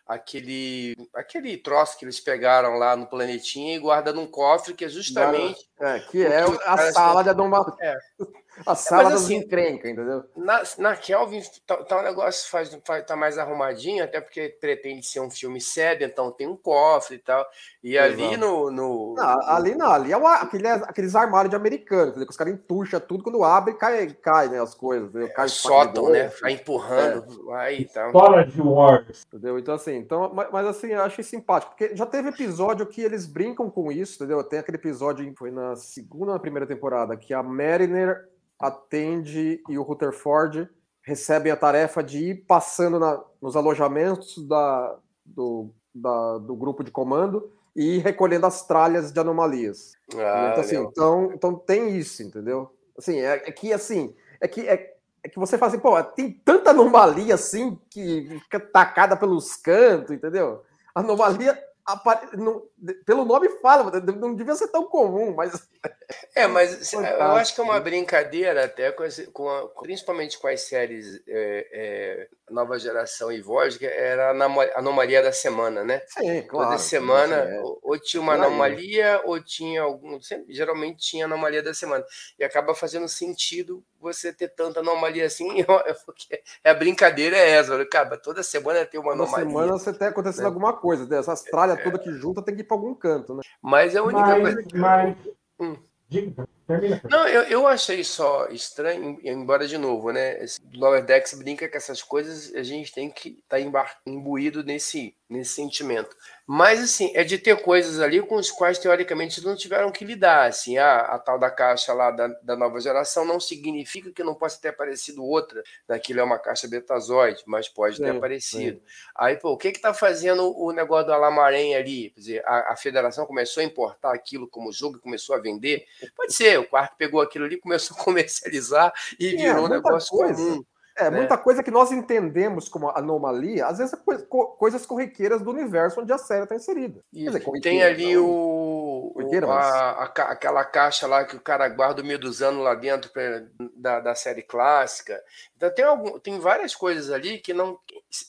aquele, aquele troço que eles pegaram lá no planetinha e guardam num cofre, que é justamente... É, que é a sala de anomalia. É. A sala Mas, das assim, encrencas, entendeu? Na, na Kelvin, tá, tá um negócio faz, faz, tá mais arrumadinho, até porque pretende ser um filme sério, então tem um cofre e tal. E Exato. ali no. no não, ali não, ali é, uma, aquele, aqueles armários de americano, entendeu? Que os caras entucham tudo, quando abre, cai, cai né, as coisas. Entendeu? Cai é, sótão, né? Vai empurrando, é. vai e tal. Storage Wars. Entendeu? Então, assim, então, mas, mas assim, eu achei simpático, porque já teve episódio que eles brincam com isso, entendeu? Tem aquele episódio, foi na segunda ou na primeira temporada, que a Mariner, a Tandy e o Rutherford recebem a tarefa de ir passando na, nos alojamentos da, do, da, do grupo de comando e ir recolhendo as tralhas de anomalias. Ah, então, assim, então, então tem isso, entendeu? Assim, é, é que assim, é que, é, é que você fala assim, pô, tem tanta anomalia assim que fica tacada pelos cantos, entendeu? Anomalia. Não, pelo nome fala, não devia ser tão comum, mas... É, mas eu acho que é uma brincadeira até, com, as, com a, principalmente com as séries é, é, Nova Geração e Voyager, era a anomalia da semana, né? Sim, claro. Toda semana, sim, é. ou, ou tinha uma anomalia, ou tinha algum... Sempre, geralmente tinha anomalia da semana. E acaba fazendo sentido você ter tanta anomalia assim, porque a brincadeira é essa. Cara, toda semana tem uma toda anomalia. Toda semana você tem acontecendo né? alguma coisa. Essas tralhas é. todas que juntam tem que ir para algum canto, né? Mas é a única mas, coisa que... Mas... Hum. Diga, termina. Não, eu, eu achei só estranho, embora de novo, né? Lower Decks brinca com essas coisas, a gente tem que estar tá imbuído nesse, nesse sentimento. Mas, assim, é de ter coisas ali com as quais, teoricamente, não tiveram que lidar. Assim, a, a tal da caixa lá da, da nova geração não significa que não possa ter aparecido outra. Daquilo é uma caixa betazoide, mas pode sim, ter aparecido. Sim. Aí, pô, o que que tá fazendo o negócio do Alamarém ali? Quer dizer, a, a federação começou a importar aquilo como jogo e começou a vender? Pode ser, o quarto pegou aquilo ali, começou a comercializar e sim, virou é, um negócio coisa. comum. É, né? Muita coisa que nós entendemos como anomalia, às vezes é coisa, co, coisas corriqueiras do universo onde a série está inserida. Quer dizer, tem ali não, o, o a, a, aquela caixa lá que o cara guarda o Medusano lá dentro pra, da, da série clássica. Então tem, algum, tem várias coisas ali que não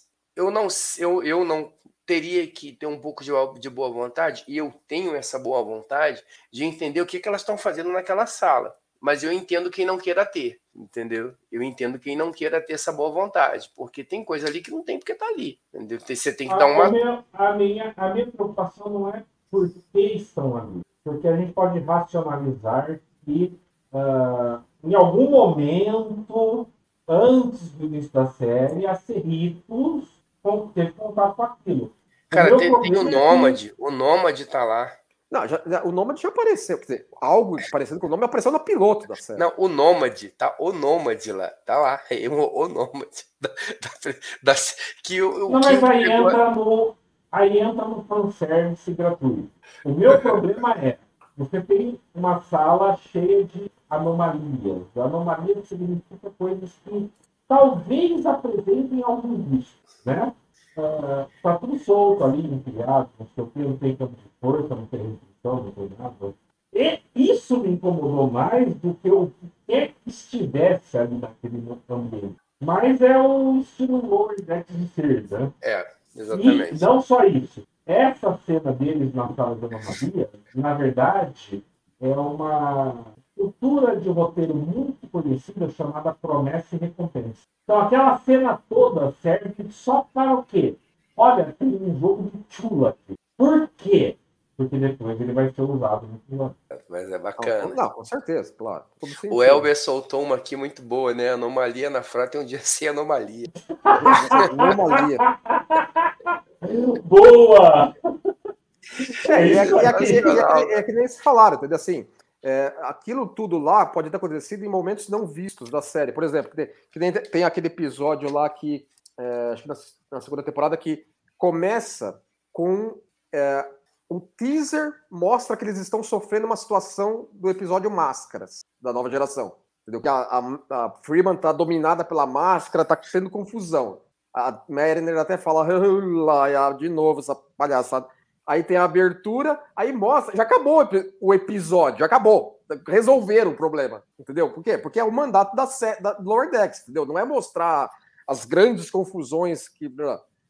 eu não, eu, eu não teria que ter um pouco de, de boa vontade, e eu tenho essa boa vontade de entender o que, que elas estão fazendo naquela sala. Mas eu entendo quem não queira ter, entendeu? Eu entendo quem não queira ter essa boa vontade, porque tem coisa ali que não tem porque tá ali, entendeu? Você tem que a, dar uma... A minha, a, minha, a minha preocupação não é por que estão ali, porque a gente pode racionalizar que uh, em algum momento, antes do início da série, a Cerritos teve contato com aquilo. Cara, o tem, tem o Nômade, é que... o Nômade tá lá. Não, já, já, o Nômade já apareceu, quer dizer, algo parecido com o nome apareceu no piloto da série. Não, o Nômade, tá? O Nômade lá, tá lá, o, o Nômade. Da, da, da, que o, Não, que mas aí pegou... entra no, aí entra no fanservice gratuito. O meu problema é, você tem uma sala cheia de anomalias. Anomalia significa coisas que talvez apresentem algum risco, né? Uh, tá tudo solto ali, empilhado, não sei o que, não tem campo de força, não tem restrição, não tem nada. E isso me incomodou mais do que o que estivesse ali naquele ambiente. Mas é o estilo Lower Decks de ser, né? É, exatamente. E não só isso. Essa cena deles na sala de anomalia, na verdade, é uma estrutura de roteiro muito conhecida chamada Promessa e Recompensa. Então aquela cena toda serve só para o quê? Olha, tem um jogo de chula aqui. Por quê? Porque depois ele vai ser usado no final. Mas é bacana. Não, não, com certeza, claro. O Elber soltou uma aqui muito boa, né? Anomalia na frota é um dia sem anomalia. Anomalia. Boa! É, é, é, é, que, é, é, é que nem se falaram, entendeu? Assim, é, aquilo tudo lá pode ter acontecido em momentos não vistos da série. Por exemplo, tem, tem, tem aquele episódio lá que, é, acho que na, na segunda temporada, que começa com é, o teaser, mostra que eles estão sofrendo uma situação do episódio Máscaras, da nova geração. Entendeu? Que a, a, a Freeman tá dominada pela máscara, tá tendo confusão. A Mariner até fala, lá, de novo, essa palhaçada. Aí tem a abertura, aí mostra, já acabou o episódio, já acabou. Resolveram o problema, entendeu? Por quê? Porque é o mandato da, da Lower Decks, entendeu? Não é mostrar as grandes confusões que...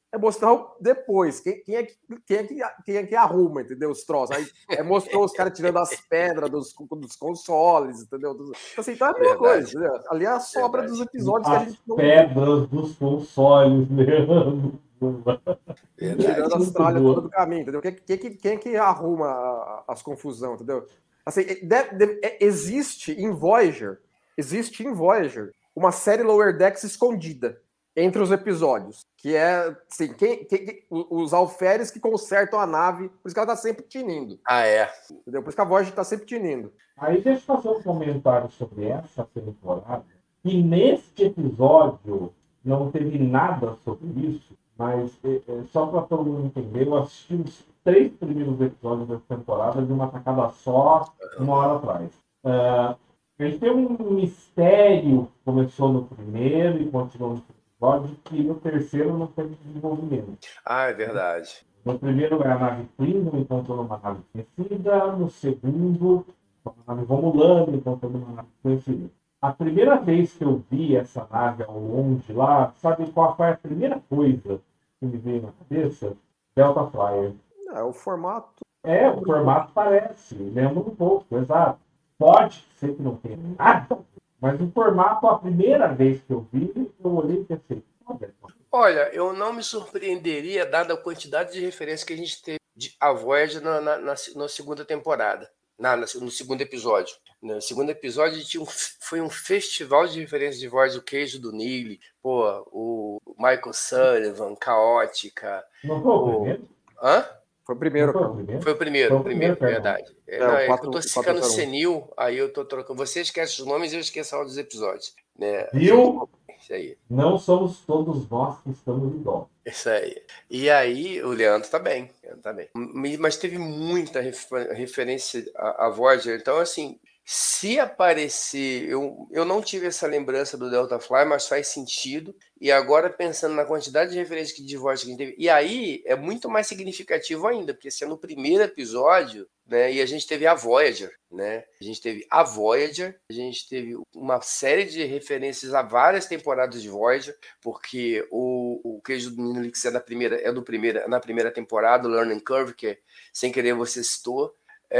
é mostrar o depois. Quem, quem, é que, quem, é que, quem é que arruma, entendeu? Os troços. Aí é, mostrou os caras tirando as pedras dos, dos consoles, entendeu? Então, assim, então é a mesma Verdade. coisa, entendeu? Ali é a sobra Verdade. dos episódios que a gente não. Pedras dos consoles, mesmo. Verdade. Tirando as Muito tralhas boa. todas do caminho, entendeu? Quem, quem, quem, quem é que arruma a- as confusão, entendeu? Assim, deve- deve- é- existe em Voyager, existe em Voyager uma série Lower Decks escondida entre os episódios, que é, assim, quem, quem- quem- os alferes que consertam a nave, por isso que ela tá sempre tinindo, Ah, é. entendeu? Por isso que a Voyager tá sempre tinindo. Aí deixa eu fazer um comentário sobre essa temporada. E neste episódio não teve nada sobre isso, mas é, é, só para todo mundo entender, eu assisti os três primeiros episódios dessa temporada de uma tacada só, uma hora atrás. Ah, a gente tem um mistério que começou no primeiro e continuou no episódio, que no terceiro não teve desenvolvimento. Ah, é verdade. No primeiro é a nave Klingon encontrando uma nave conhecida, no segundo, uma nave Romulana encontrando uma nave conhecida. A primeira vez que eu vi essa nave ao longe lá, sabe qual foi a primeira coisa que me veio na cabeça? Delta Flyer. É, o formato. É, o formato parece, lembra um pouco, exato. Pode ser que não tenha nada, mas o formato, a primeira vez que eu vi, eu olhei e pensei, olha, Olha, eu não me surpreenderia, dada a quantidade de referências que a gente teve de a Voyager na, na, na, na segunda temporada, na, na- no segundo episódio. No segundo episódio tinha um, foi um festival de referências de Voyager, o queijo do Nile, pô, o Michael Sullivan, Caótica. não foi o o... primeiro? Hã? Foi o primeiro, Não foi o cara. primeiro? Foi o primeiro, Foi o primeiro, primeiro, perdão. verdade. É, É, não, o é que quatro- eu tô o ficando quatro zero um. senil, aí eu tô trocando. Você esquece os nomes e eu esqueço a hora dos episódios. Né? Viu? Isso aí. Não somos todos nós que estamos idosos. Isso aí. E aí, o Leandro tá bem. Leandro tá bem. M- Mas teve muita refer- referência à, à Voyager. Então, assim, se aparecer. Eu, eu não tive essa lembrança do Delta Fly, mas faz sentido. E agora, pensando na quantidade de referências que de Voyager que a gente teve. E aí, é muito mais significativo ainda, porque se é no primeiro episódio. Né, e a gente teve a Voyager, né? A gente teve a Voyager, a gente teve uma série de referências a várias temporadas de Voyager, porque o, o Queijo do Nilix é da primeira, é do primeira, na primeira temporada, o Learning Curve, que é, sem querer você citou.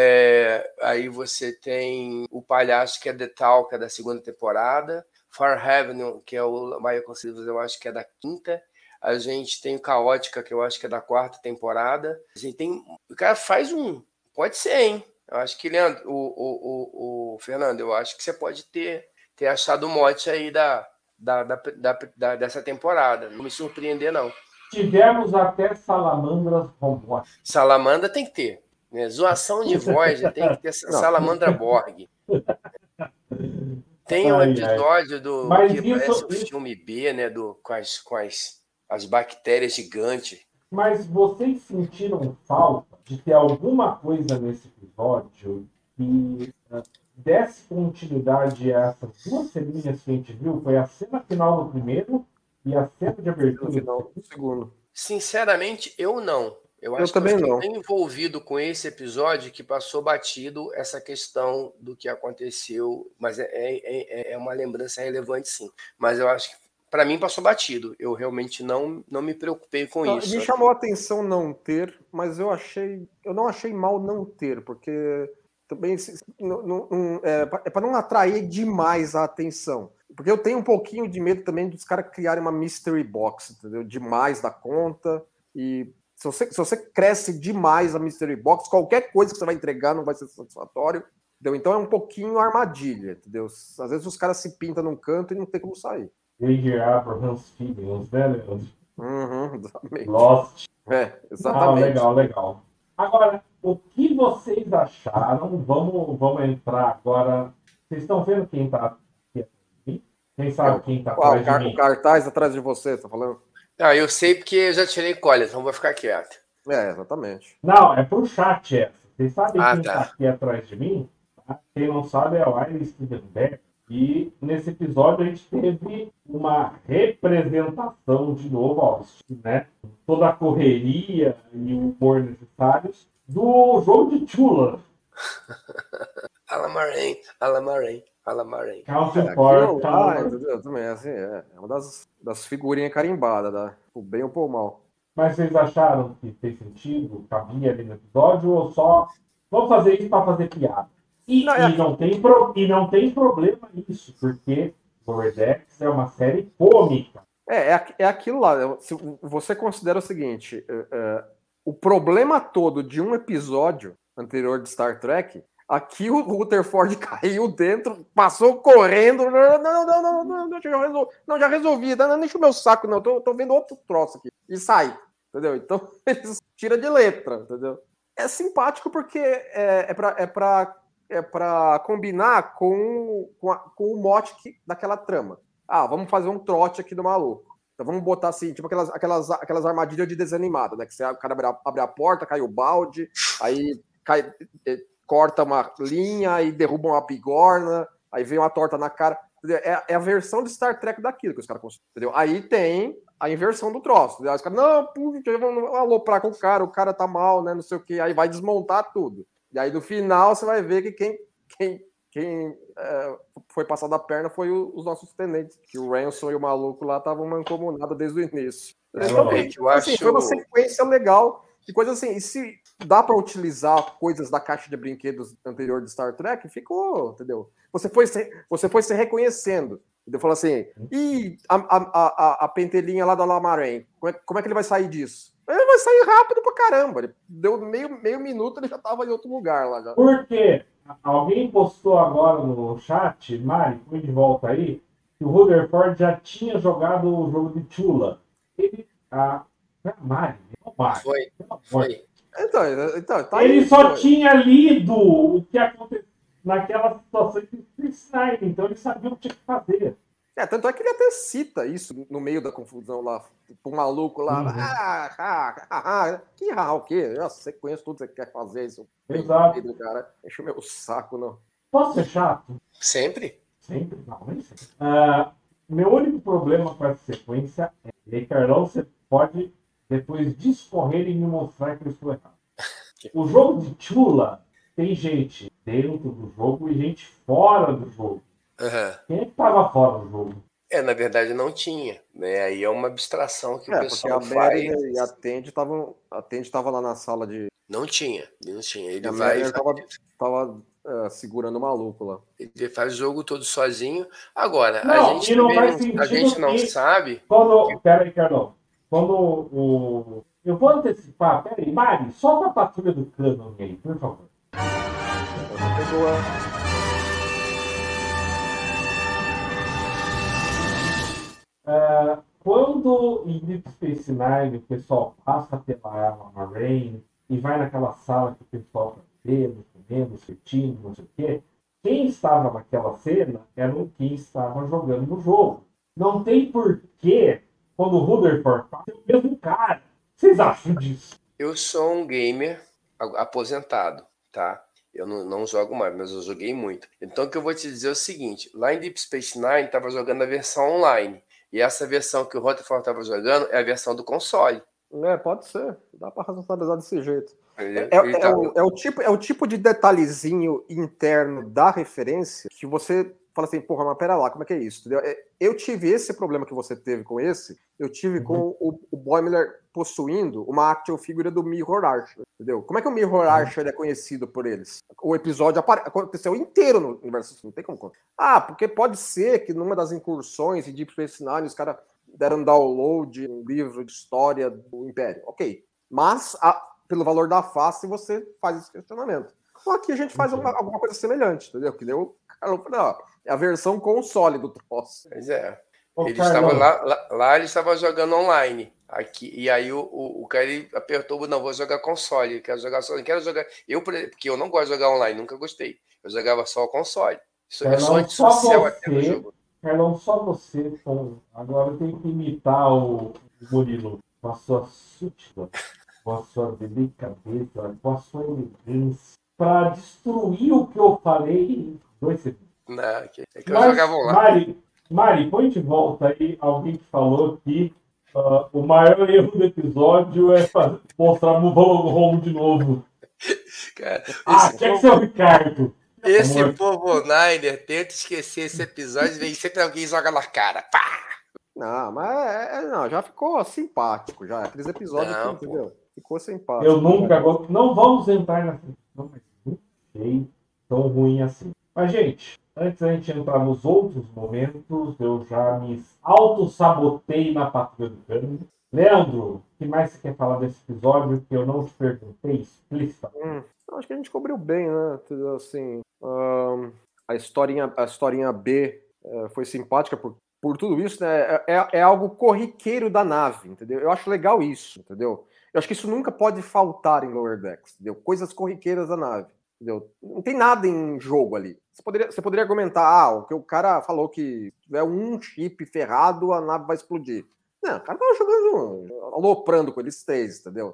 É, aí você tem o Palhaço, que é The Tal, que é da segunda temporada, Far Heaven, que é o Michael Silvers, eu acho que é da quinta. A gente tem o Caótica, que eu acho que é da quarta temporada. A gente tem, o cara faz um Pode ser, hein? Eu acho que, Leandro, o, o, o, o Fernando, eu acho que você pode ter, ter achado o mote aí da, da, da, da, da- dessa temporada. Não me surpreender, não. Tivemos até salamandras robóticas. Salamandra tem que ter. Né? Zoação de voz, tem que ter essa Não. Salamandra Borg. Tem um Ai, ai. episódio do Mas que isso- parece o isso- filme B, né? Do, com as, com as, as bactérias gigantes. Mas vocês sentiram falta de ter alguma coisa nesse episódio que eh, desse continuidade a essas duas ceninhas que a gente viu? Foi a cena final do primeiro e a cena de abertura No do final segundo. do segundo. Sinceramente, eu não. Eu Eu acho também que eu não. fiquei tão envolvido com esse episódio que passou batido essa questão do que aconteceu, mas é, é, é uma lembrança relevante, sim. Mas eu acho que, para mim, passou batido. Eu realmente não, não me preocupei com Não, isso. me chamou a atenção não ter, mas eu achei, eu não achei mal não ter, porque também se- não- não- não- é para não atrair demais a atenção. Porque eu tenho um pouquinho de medo também dos caras criarem uma mystery box, entendeu? Demais da conta. E se você, se você cresce demais a mystery box, qualquer coisa que você vai entregar não vai ser satisfatório. Entendeu? Então é um pouquinho armadilha, entendeu? Às vezes os caras se pintam num canto e não tem como sair. J J Abrams Filhos, né, Leandro? Uhum, exatamente. Lost. É, Ah, exatamente. legal, legal. Agora, o que vocês acharam? Vamos, vamos entrar agora. Vocês estão vendo quem está aqui atrás de mim? Quem sabe quem está Ah, atrás o, car- de o mim? cartaz atrás de você, tá falando? Ah, eu sei porque eu já tirei colha, então vou ficar quieto. É, exatamente. Não, é pro chat essa. Vocês sabem Ah, quem tá. está aqui atrás de mim? Tá? Quem não sabe é o Wiley Stevenberg. E nesse episódio a gente teve uma representação de novo, ó, né? Toda a correria e o humor necessários do jogo de Chula. Alamarém, Alamarém, Alamarém. Count É, for aquilo lá, Chula. entendeu? Também, assim, é, é uma das, das figurinhas carimbadas, tá? Por bem ou por mal. Mas vocês acharam que fez sentido, cabia ali no episódio, ou só vamos fazer isso para fazer piada? E não, é... e, não tem pro... e não tem problema nisso, porque Lower Decks é uma série cômica. É, é, é aquilo lá. Se você considera o seguinte, uh, uh, o problema todo de um episódio anterior de Star Trek, aqui o Rutherford caiu dentro, passou correndo, não, não, não, não, não, não, já resolvi, não, já resolvi, não, não enche o meu saco, não, tô, tô vendo outro troço aqui. E sai, entendeu? Então, eles tiram de letra, entendeu? É simpático porque é, é pra... É pra é para combinar com, com, a, com o mote que, daquela trama. Ah, vamos fazer um trote aqui do maluco. Então vamos botar assim, tipo aquelas, aquelas, aquelas armadilhas de desenho animado, né? Que você, o cara abre a, abre a porta, cai o balde, aí cai, corta uma linha e derruba uma bigorna, aí vem uma torta na cara. É, é a versão de Star Trek daquilo que os caras conseguem, entendeu? Aí tem a inversão do troço. Entendeu? Os caras, não, puxa, vamos aloprar com o cara, o cara tá mal, né? Não sei o quê, aí vai desmontar tudo. E aí, no final, você vai ver que quem, quem, quem é, foi passado a perna foi o, os nossos tenentes. Que o Ransom e o maluco lá estavam mancomunados desde o início. Então, é, eu assim, acho... foi uma sequência legal de coisas assim. E se dá para utilizar coisas da caixa de brinquedos anterior de Star Trek, ficou, entendeu? Você foi se, você foi se reconhecendo. Ele falou assim, e a, a, a, a pentelinha lá da Lamaren, como é, como é que ele vai sair disso? Ele vai sair rápido pra caramba. Ele deu meio, meio minuto, ele já tava em outro lugar lá. Já. Por quê? Alguém postou agora no chat, Mari, foi de volta aí, que o Rutherford já tinha jogado o jogo de Chula. Ele... A... Mari, não Mari. Foi, foi. Então, então, tá ele aí, só foi. tinha lido o que aconteceu naquela situação de freestyle, então ele sabia o que tinha que fazer. É, tanto é que ele até cita isso no meio da confusão lá, o maluco lá, uhum. ah, ah, ah, ah, que ah, o quê? Eu sei, conheço tudo que você quer fazer isso. Exato. Do cara. Enche o meu saco, não. Posso ser chato? Sempre? Sempre? Não, nem sempre. Uh, meu único problema com essa sequência é que, Carlão, você pode depois discorrer e me mostrar que eu estou errado. O jogo de Chula tem gente dentro do jogo e gente fora do jogo. Uhum. Quem é que estava fora do jogo? É, na verdade não tinha, né? Aí é uma abstração que é, o pessoal porque a faz. Mary e a Tandy estavam, a Tandy estava lá na sala de. Não tinha, não tinha. Ele a vai. Mary tava, tava uh, segurando o maluco lá. Ele faz o jogo todo sozinho. Agora, não, a gente não, também não, a gente não sabe. Quando, peraí, Carlão. Quando o. Eu vou antecipar, peraí, Mari, solta a patrulha do cano aí, por favor. Pegou a. Uh, quando em Deep Space Nine o pessoal passa pela Lamaren e vai naquela sala que o pessoal está bebendo, comendo, curtindo, não sei o quê, quem estava naquela cena era quem estava jogando no jogo. Não tem porquê, quando o Rutherford faz, é o mesmo cara. Vocês acham disso? Eu sou um gamer aposentado, tá? Eu não, não jogo mais, mas eu joguei muito. Então o que eu vou te dizer é o seguinte, lá em Deep Space Nine estava jogando a versão online. E essa versão que o Rutherford estava jogando é a versão do console. É, pode ser. Dá para racionalizar desse jeito. Ele, é, ele é, tá... é, o, é, o tipo, é o tipo de detalhezinho interno da referência que você fala assim, porra, mas pera lá, como é que é isso? Entendeu? Eu tive esse problema que você teve com esse, eu tive uhum. com o, o Boimler possuindo uma action figure do Mirror Archer, entendeu? Como é que o Mirror uhum. Archer é conhecido por eles? O episódio apare... aconteceu inteiro no universo, não tem como contar. Ah, porque pode ser que numa das incursões em Deep Space Nine os caras deram download um livro de história do Império. Ok. Mas, a... pelo valor da face, você faz esse questionamento. Então aqui a gente faz uma, alguma coisa semelhante, entendeu? Que deu não, é a versão console do troço. Pois é. Ele estava lá, lá, lá ele estava jogando online. Aqui, e aí o, o, o cara ele apertou, não, vou jogar console, quero jogar só, quero jogar. Eu, porque eu não gosto de jogar online, nunca gostei. Eu jogava só o console. Isso, eu sou antissocial até no jogo. Carlão, só você. Agora eu tenho que imitar o, o Murilo com a sua sutil, com a sua delicadeza, com a sua elegância, para destruir o que eu falei. Dois segundos. Não, é que eu jogava online. Mari, Mari, põe de volta aí alguém que falou que uh, o maior erro do episódio é mostrar o Valogo Home de novo. Cara, ah, tinha que ser o Ricardo. Esse povo Niner tenta esquecer esse episódio e vem sempre alguém joga na cara. Pá! Não, mas é, não, já ficou simpático, já. Aqueles episódios Não, que, entendeu? Ficou simpático. Eu nunca gosto. Não vamos entrar nessa questão, mas não sei tão ruim assim. Mas, gente, antes da gente entrar nos outros momentos, eu já me auto-sabotei na Patrulha do Cândido. Leandro, o que mais você quer falar desse episódio que eu não te perguntei explicitamente? Hum, acho que a gente cobriu bem, né? Assim, um, a, historinha, a historinha B uh, foi simpática por, por tudo isso, né? É, é algo corriqueiro da nave, entendeu? Eu acho legal isso, entendeu? Eu acho que isso nunca pode faltar em Lower Decks, entendeu? Coisas corriqueiras da nave, entendeu? Não tem nada em jogo ali. Você poderia, você poderia argumentar, ah, o que o cara falou que se tiver um chip ferrado, a nave vai explodir. Não, o cara tava jogando, aloprando com eles três, entendeu?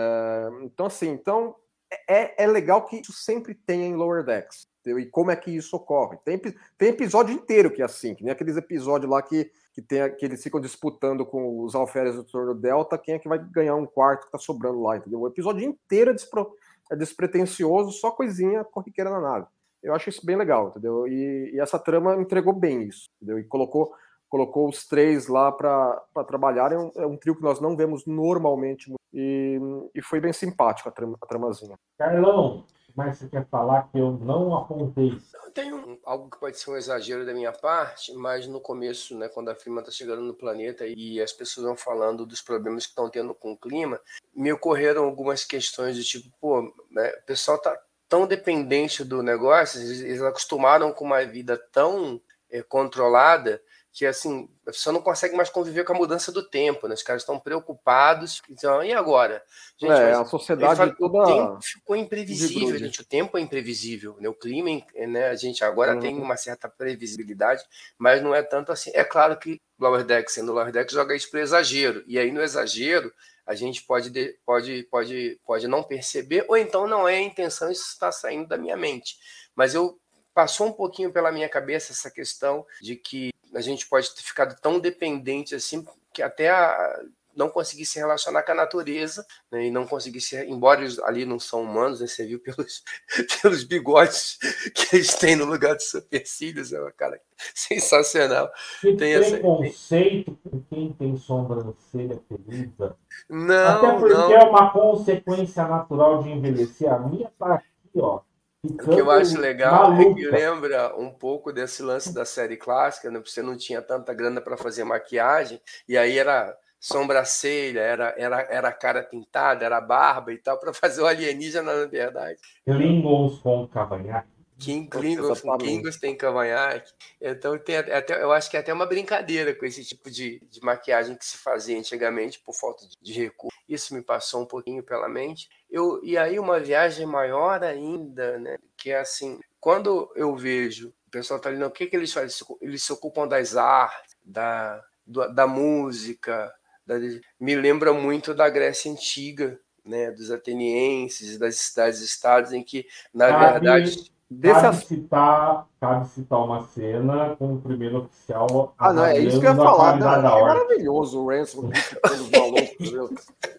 É, então, assim, então é, é legal que isso sempre tenha em Lower Decks, entendeu? E como é que isso ocorre? Tem, tem episódio inteiro que é assim, que nem aqueles episódios lá que, que, tem, que eles ficam disputando com os alferes do Torno Delta quem é que vai ganhar um quarto que tá sobrando lá, entendeu? O episódio inteiro é, despro, é despretensioso, só coisinha corriqueira na nave. Eu acho isso bem legal, entendeu? E, e essa trama entregou bem isso, entendeu? E colocou colocou os três lá para trabalhar. É um, é um trio que nós não vemos normalmente. E, e foi bem simpático a, trama, a tramazinha. Carlão, mas você quer falar que eu não apontei? Tem um, algo que pode ser um exagero da minha parte, mas no começo, né, quando a Freeman está chegando no planeta e as pessoas vão falando dos problemas que estão tendo com o clima, me ocorreram algumas questões do tipo, pô, né, o pessoal está tão dependente do negócio, eles, eles acostumaram com uma vida tão é, controlada, que assim, a pessoa não consegue mais conviver com a mudança do tempo, né? Os caras estão preocupados. Então, e agora? Gente, é, a sociedade fala, toda... O tempo ficou imprevisível, gente. O tempo é imprevisível, né? O clima, né? A gente agora uhum. tem uma certa previsibilidade, mas não é tanto assim. É claro que Lower Decks, sendo Lower Decks, joga isso para o exagero. E aí, no exagero, a gente pode, pode, pode, pode não perceber, ou então não é a intenção, isso está saindo da minha mente. Mas eu passou um pouquinho pela minha cabeça essa questão de que a gente pode ter ficado tão dependente assim que até a, não conseguir se relacionar com a natureza, né, e não conseguir se, embora eles ali não são humanos, né, você viu pelos, pelos bigodes que eles têm no lugar dos supercílios, é uma cara sensacional. Que tem preconceito essa... com quem tem sobrancelha peluda. Não, até porque não. é uma consequência natural de envelhecer. A minha tá aqui, ó. O que eu acho legal maluca. é que lembra um pouco desse lance da série clássica, né? Você não tinha tanta grana para fazer maquiagem, e aí era sobrancelha, era, era, era cara pintada, era barba e tal, para fazer o alienígena, na verdade. Klingons com cavanhaque. King, Klingons com Klingons tem cavanhaque. Então tem até, eu acho que é até uma brincadeira com esse tipo de, de maquiagem que se fazia antigamente por falta de, de recurso. Isso me passou um pouquinho pela mente. Eu, e aí uma viagem maior ainda, né? Que é assim, quando eu vejo o pessoal tá ali, o que, que eles fazem? Eles se ocupam das artes, da, da música, da, me lembra muito da Grécia Antiga, né? Dos atenienses, das cidades-estados, em que, na Cabe... verdade... Cabe citar, cabe citar uma cena com o primeiro oficial. Ah, não, é isso que eu ia falar. Não, é maravilhoso o Ransom pelos malucos, entendeu?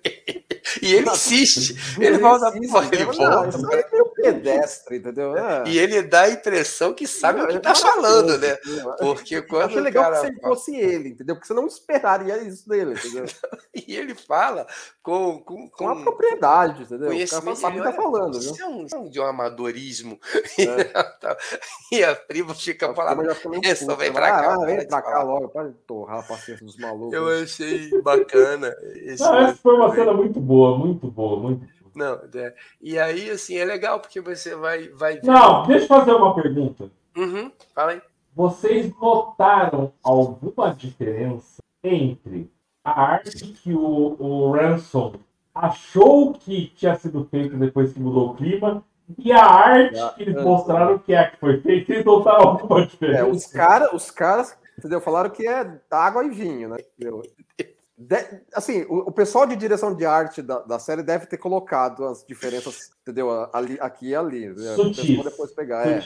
E ele insiste. Ele, ele volta insiste, porra, ele volta. Não, isso é meio pedestre, entendeu? É. E ele dá a impressão que sabe não, o que tá falando, né? Porque quando. Achei legal cara... que se fosse ele, entendeu? Porque você não esperaria isso dele, entendeu? E ele fala com. Com, com, com a propriedade, entendeu? O cara sabe o que tá falando, isso viu? É um, é um de um amadorismo. É. E a prima fica falando. Isso, vem pra cá. Ah, vem pra cá logo, pode torrar a paciência dos malucos. Eu achei bacana. Esse não, essa foi uma cena muito boa, muito boa, muito boa. Não, é. E aí, assim, é legal porque você vai, vai ver. Não, deixa eu fazer uma pergunta. Uhum, fala aí. Vocês notaram alguma diferença entre a arte que o, o Ransom achou que tinha sido feita depois que mudou o clima e a arte ah, que eles é, mostraram que é que foi feita? Vocês notaram alguma diferença? É, os caras, os caras, entendeu? Falaram que é água e vinho, né? Entendeu? De, assim, o, o pessoal de direção de arte da, da série deve ter colocado as diferenças, entendeu? Ali, aqui e ali. Sutis. Depois pegar. Sutis. É.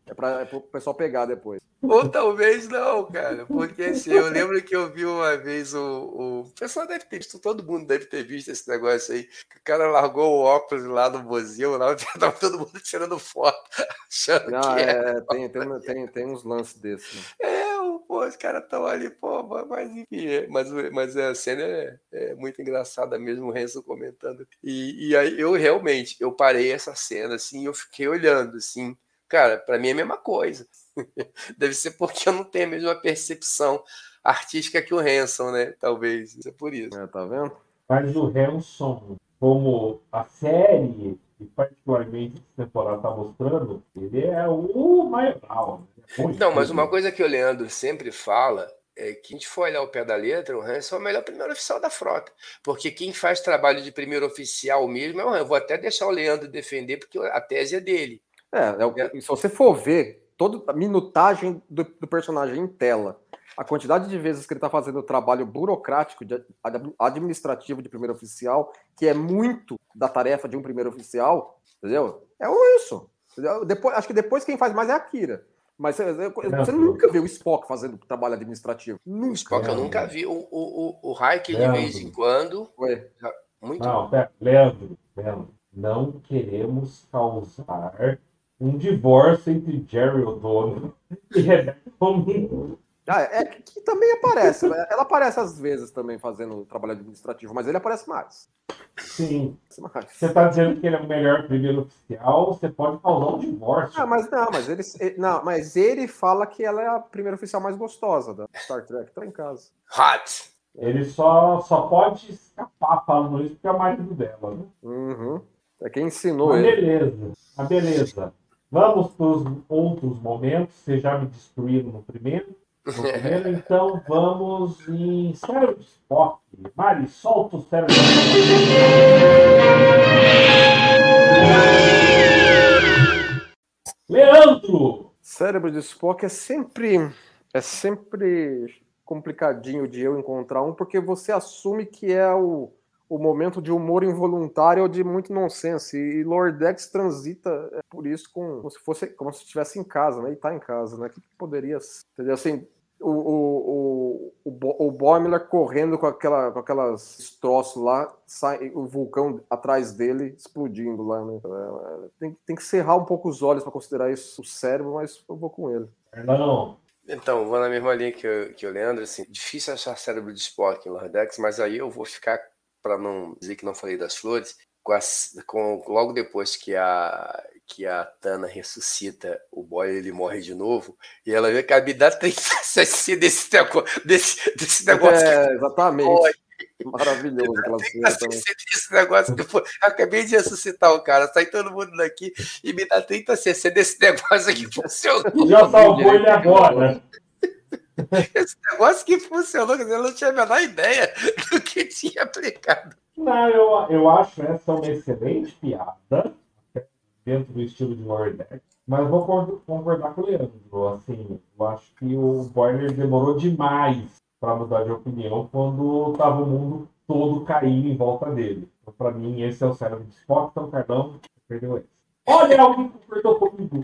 É para o pessoal pegar depois. Ou talvez não, cara. Porque assim, eu lembro que eu vi uma vez o, o... o pessoal deve ter visto, todo mundo deve ter visto esse negócio aí. Que o cara largou o óculos lá no museu, lá tava todo mundo tirando foto, achando Ah, que é, era. tem, tem, tem, tem uns lances desses. Né? É, pô, os caras estão ali, pô, mas enfim, é, mas, mas a cena é, é muito engraçada mesmo, o Renzo comentando. E, e aí eu realmente, eu parei essa cena, assim, eu fiquei olhando, assim, cara, pra mim é a mesma coisa. Deve ser porque eu não tenho a mesma percepção artística que o Hanson, né? Talvez, isso é por isso. É, tá vendo? Mas o Hanson, como a série, e particularmente essa temporada está mostrando, ele é o maioral. Né? Não, mas uma coisa que o Leandro sempre fala é que a gente for olhar ao pé da letra, o Hanson é o melhor primeiro oficial da frota. Porque quem faz trabalho de primeiro oficial mesmo é o Hanson. Eu vou até deixar o Leandro defender, porque a tese é dele. É, é o, se você for ver toda a minutagem do, do personagem em tela, a quantidade de vezes que ele está fazendo o trabalho burocrático, de, administrativo de primeiro oficial, que é muito da tarefa de um primeiro oficial, entendeu? É isso. Entendeu? Depois, acho que depois quem faz mais é a Kira. Mas você, você nunca viu o Spock fazendo trabalho administrativo. O Spock eu nunca vi. O, o, o, o Hayek, de vez em quando... Foi. Muito não, pera, Leandro, Leandro, não queremos causar um divórcio entre Jerry O'Donnell e Rebecca Romijn. Ah, é que também aparece. Ela aparece às vezes também fazendo trabalho administrativo, mas ele aparece mais. Sim. Mais. Você está dizendo que ele é o melhor primeiro oficial, você pode causar um divórcio. Ah, mas não, mas ele, não, mas ele fala que ela é a primeira oficial mais gostosa da Star Trek. Tá em casa. Hot! Ele só, só pode escapar falando isso porque é o marido dela, né? Uhum. É quem ensinou Mas ele. beleza, mas beleza. Vamos para os outros momentos. Vocês já me destruíram no primeiro. No primeiro, então vamos em cérebro de Spock. Mari, solta o cérebro de Spock. Leandro! Cérebro de Spock é sempre, é sempre complicadinho de eu encontrar um, porque você assume que é o, o momento de humor involuntário ou de muito nonsense. E Lordex transita por isso com, como se fosse como se estivesse em casa, né? E tá em casa, né? O que, que poderia ser? Entendeu? Assim, o, o, o, o Boimler correndo com, aquela, com aquelas destroços lá, sai, o vulcão atrás dele explodindo lá, né? Tem, tem que cerrar um pouco os olhos para considerar isso o cérebro, mas eu vou com ele. Não. Então, vou na mesma linha que, eu, que o Leandro, assim, difícil achar cérebro de Spock em Lordex, mas aí eu vou ficar, para não dizer que não falei das flores, com, a, com logo depois que a, que a Tana ressuscita o Boy, ele morre de novo, e ela vê que a me dá trinta C desse negócio. Desse, desse negócio é, que... exatamente. Boy. Maravilhoso aquela cena também. Esse negócio que foi, acabei de ressuscitar o cara, sai todo mundo daqui e me dá trinta C C desse negócio que funcionou. Já salvou ele agora. Esse negócio que funcionou, quer dizer, eu não tinha a menor ideia do que tinha aplicado. Não, eu, eu acho essa uma excelente piada, dentro do estilo de Lordex, mas vou concordar com o Leandro. Assim, eu acho que o Boimler demorou demais para mudar de opinião quando estava o mundo todo caindo em volta dele. Então, para mim, esse é o cérebro de Spock, então Carlão perdeu esse. Olha, alguém concordou comigo.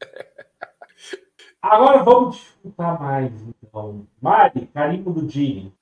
Agora vamos disputar mais, então. Mari, carimbo do Gene.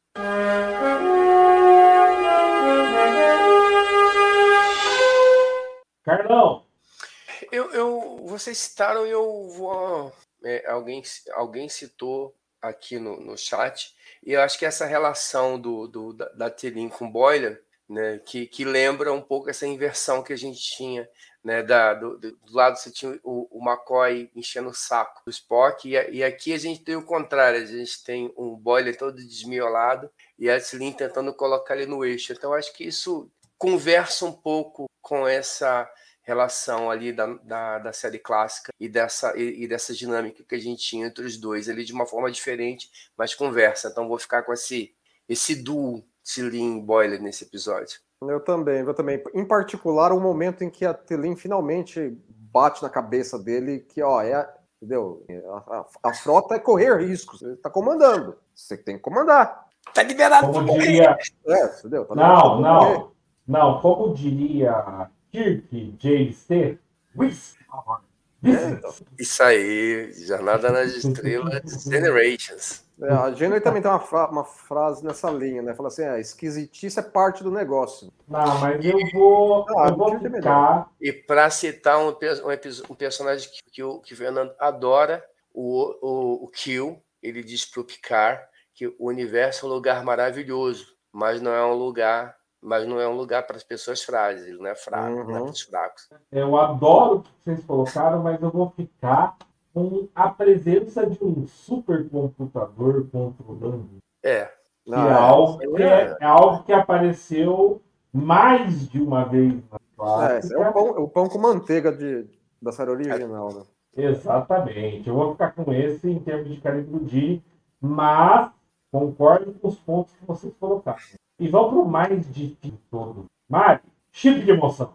Carlão. Eu, eu, vocês citaram e eu vou... É, alguém, alguém citou aqui no, no chat, e eu acho que essa relação do, do, da, da T'Lyn com o Boimler, né, que, que lembra um pouco essa inversão que a gente tinha, né, da, do, do lado você tinha o, o McCoy enchendo o saco do Spock, e, e aqui a gente tem o contrário, a gente tem um Boimler todo desmiolado e a T'Lyn tentando colocar ele no eixo. Então acho que isso conversa um pouco com essa relação ali da, da, da série clássica e dessa, e, e dessa dinâmica que a gente tinha entre os dois ali de uma forma diferente, mas conversa. Então vou ficar com esse, esse duo T'Lyn e Boimler nesse episódio. Eu também, eu também. Em particular, o momento em que a T'Lyn finalmente bate na cabeça dele que, ó, é, entendeu? A, a, a frota é correr riscos. Você tá comandando. Você tem que comandar. Tá liberado Como pra diria... É, entendeu? Tá não, não. Não, como diria Kirk James T. Isso aí, Jornada nas Estrelas, Generations. É, a Jenner também tem uma, fra- uma frase nessa linha, né? Fala assim, ah, esquisitice é parte do negócio. Não, mas eu vou, Ah, eu vou não tinha ficar. E para citar um, pe- um, episo- um personagem que, que, o, que o Fernando adora, o, o, o Kill, ele diz pro Picard que o universo é um lugar maravilhoso, mas não é um lugar, mas não é um lugar para as pessoas frágeis, não é fraco, Uhum. não é para os fracos. Eu adoro o que vocês colocaram, mas eu vou ficar com a presença de um supercomputador controlando. É. Que Não, é, é, algo isso que aí é, é algo que apareceu mais de uma vez na É, esse é o clássica. pão, o pão com manteiga de, da série original, né? Exatamente. Eu vou ficar com esse em termos de Calibro-D, mas concordo com os pontos que vocês colocaram. E vamos para o mais difícil de todo. Mário, chip de emoção.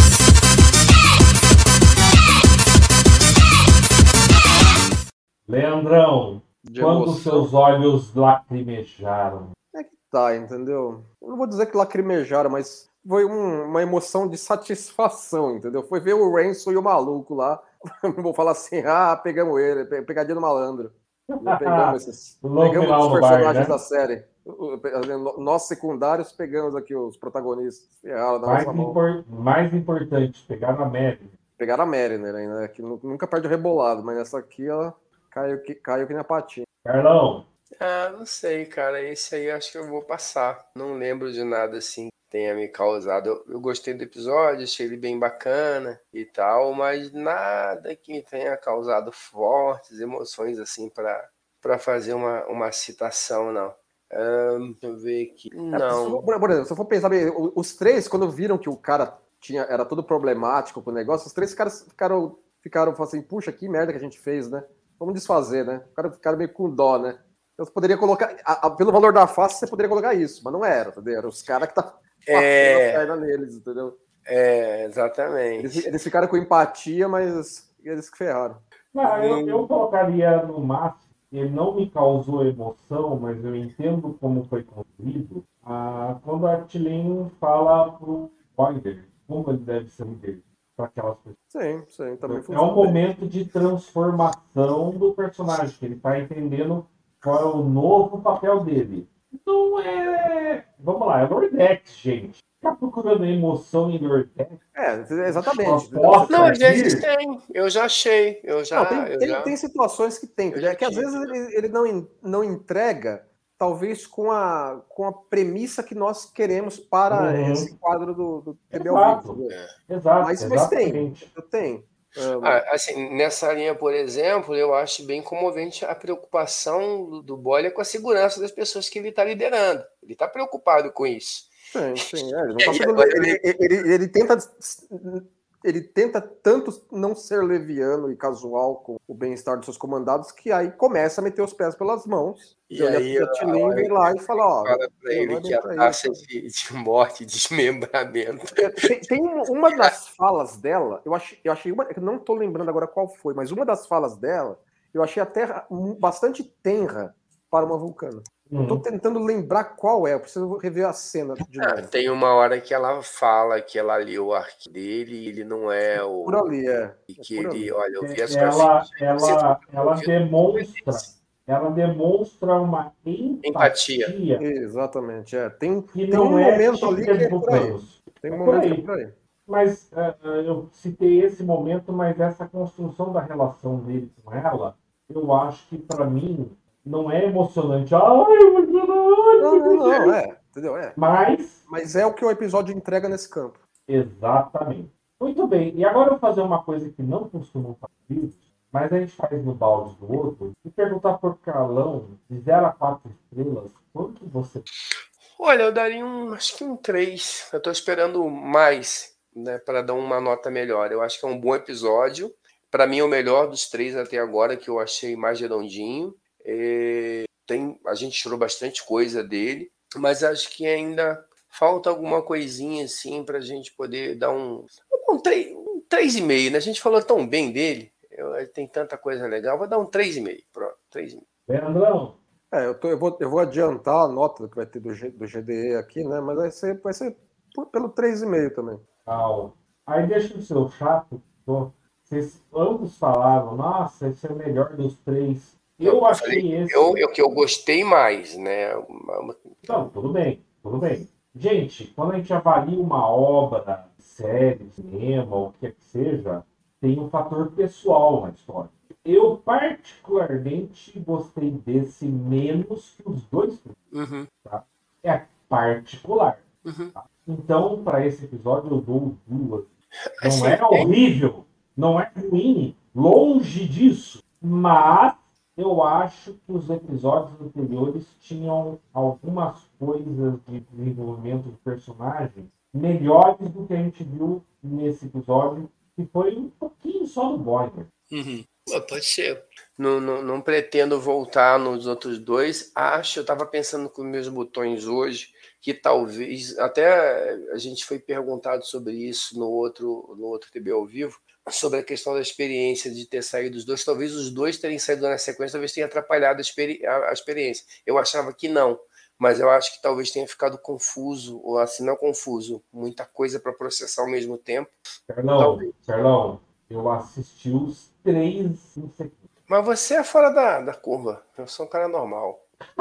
Leandrão, De quando emoção. seus olhos lacrimejaram. É que tá, entendeu? Eu não vou dizer que lacrimejaram, mas foi um- uma emoção de satisfação, entendeu? Foi ver o Ransom e o maluco lá. Não vou falar assim, ah, pegamos ele, pe- pegadinha do malandro. Já pegamos esses, No pegamos final os no bar, personagens né? da série. O- o- Nós secundários pegamos aqui os protagonistas. Ferraram na Mais, nossa mão. impor- mais importante, pegar na Mary. Pegaram a Mariner ainda, né? Que nu- nunca perde o rebolado, mas nessa aqui ela caiu que, caiu que nem a patinha. Carlão, Ah, não sei, cara. Esse aí acho que eu vou passar. Não lembro de nada assim que tenha me causado. Eu, eu gostei do episódio, achei ele bem bacana e tal, mas nada que tenha causado fortes emoções assim para para fazer uma, uma citação, não. Ahn, deixa eu ver aqui. É, se Não. for- por exemplo, se eu for pensar bem, o- os três, quando viram que o cara tinha, era todo problemático com o negócio, os três caras ficaram, ficaram falaram assim, puxa, que merda que a gente fez, né? Vamos desfazer, né? Ficaram, ficaram meio com dó, né? Eu poderia colocar, a- a- pelo valor da face, você poderia colocar isso, mas não era, entendeu? Eram os caras que estavam passando É. a perna neles, entendeu? É, exatamente. Eles, eles ficaram com empatia, mas eles que ferraram. não, eu, eu colocaria no máximo, ele não me causou emoção, mas eu entendo como foi construído, ah, quando a Tilene fala pro Boiler como ele deve ser líder para aquelas pessoas. Sim, sim, também É funciona um bem. momento de transformação do personagem, que ele está entendendo qual é o novo papel dele. Não é... Vamos lá, é Lordex, gente. Ficar procurando emoção em Lordex. É, exatamente. Posso Não, às dizer? vezes tem. Eu já achei. Eu já. Não, tem, eu tem, já... tem situações que tem, eu já é que às tive, vezes né? ele, ele não, en- não entrega, talvez com a, com a premissa que nós queremos para Uhum. esse quadro do, do T B Exato. ao vivo. Exato, Mas, mas tem, exatamente. tem. Ah, Ah, assim, nessa linha, por exemplo, eu acho bem comovente a preocupação do, do Boyle com a segurança das pessoas que ele está liderando. Ele está preocupado com isso. sim, sim. É, ele, não É, tá e sendo- agora ele, ele- ele- ele tenta. Ele tenta tanto não ser leviano e casual com o bem-estar dos seus comandados que aí começa a meter os pés pelas mãos. E E aí aí, a Tilin vem lá e fala, ó, Fala para não ele é que bem a pra taxa isso. de, de morte e desmembramento. Tem, tem uma, uma das falas dela, eu achei, eu achei uma, eu não tô lembrando agora qual foi, mas uma das falas dela, eu achei até um- bastante tenra para uma vulcana. Eu tô Uhum. tentando lembrar qual é, eu preciso rever a cena de Ah, novo. tem uma hora que ela fala que ela leu o arquivo dele e ele não é o. Por ali, é. E É que por ele, ali. olha, eu vi as Ela, coisas. ela, Você ela, foi- demonstra, ela demonstra uma Empatia. empatia Exatamente, é. Tem, que tem não um é momento ali que típica é de por aí. Vulcanos. Tem um É por momento que aí. é por aí. Mas ah, ah, eu citei esse momento, mas essa construção da relação dele com ela, eu acho que para mim não é emocionante. Ai, emocionante! Não, não, não, é. Entendeu? É. Mas, Mas é o que o episódio entrega nesse campo. exatamente. Muito bem. E agora eu vou fazer uma coisa que não costumam fazer, mas a gente faz no balde do outro, e perguntar por Carlão, de zero a quatro estrelas, quanto você... Olha, eu daria um, acho que um três. Eu tô esperando mais, né, para dar uma nota melhor. Eu acho que é um bom episódio. Para mim é o melhor dos três até agora, que eu achei mais redondinho. É, tem, a gente tirou bastante coisa dele, mas acho que ainda falta alguma coisinha assim para a gente poder dar um, um, três, um três e meio, né? A gente falou tão bem dele, eu, tem tanta coisa legal, vou dar um três e meio, pronto, três e meio. Leandrão, É, eu, tô, eu, vou, eu vou adiantar a nota que vai ter do, G, do G D E aqui, né? Mas vai ser, vai ser por- pelo três e meio também. Al. Aí deixa o seu chato, tô. vocês ambos falaram, nossa, esse é o melhor dos três. Eu, eu achei falei, esse... Eu, eu que eu gostei mais, né? Não, tudo bem, tudo bem. Gente, quando a gente avalia uma obra, série, cinema, ou o que quer que seja, tem um fator pessoal na história. Eu, particularmente, gostei desse menos que os dois. Uhum. Tá? É particular. Uhum. Tá? Então, para esse episódio, eu dou duas. Não assim, é horrível, não é ruim, longe disso. Mas eu acho que os episódios anteriores tinham algumas coisas de desenvolvimento do personagem melhores do que a gente viu nesse episódio, que foi um pouquinho só do Boimler. Uhum. Pode ser. Não, não, não pretendo voltar nos outros dois. Acho, eu estava pensando com meus botões hoje, que talvez, até a gente foi perguntado sobre isso no outro, no outro T B ao vivo, sobre a questão da experiência de ter saído os dois. Talvez os dois terem saído na sequência, talvez tenha atrapalhado a, experi a, a experiência. Eu achava que não, mas eu acho que talvez tenha ficado confuso, ou assim, não confuso, muita coisa para processar ao mesmo tempo. Carlão, Carlão, eu assisti os três em sequência. Mas você é fora da, da curva. Eu sou um cara normal.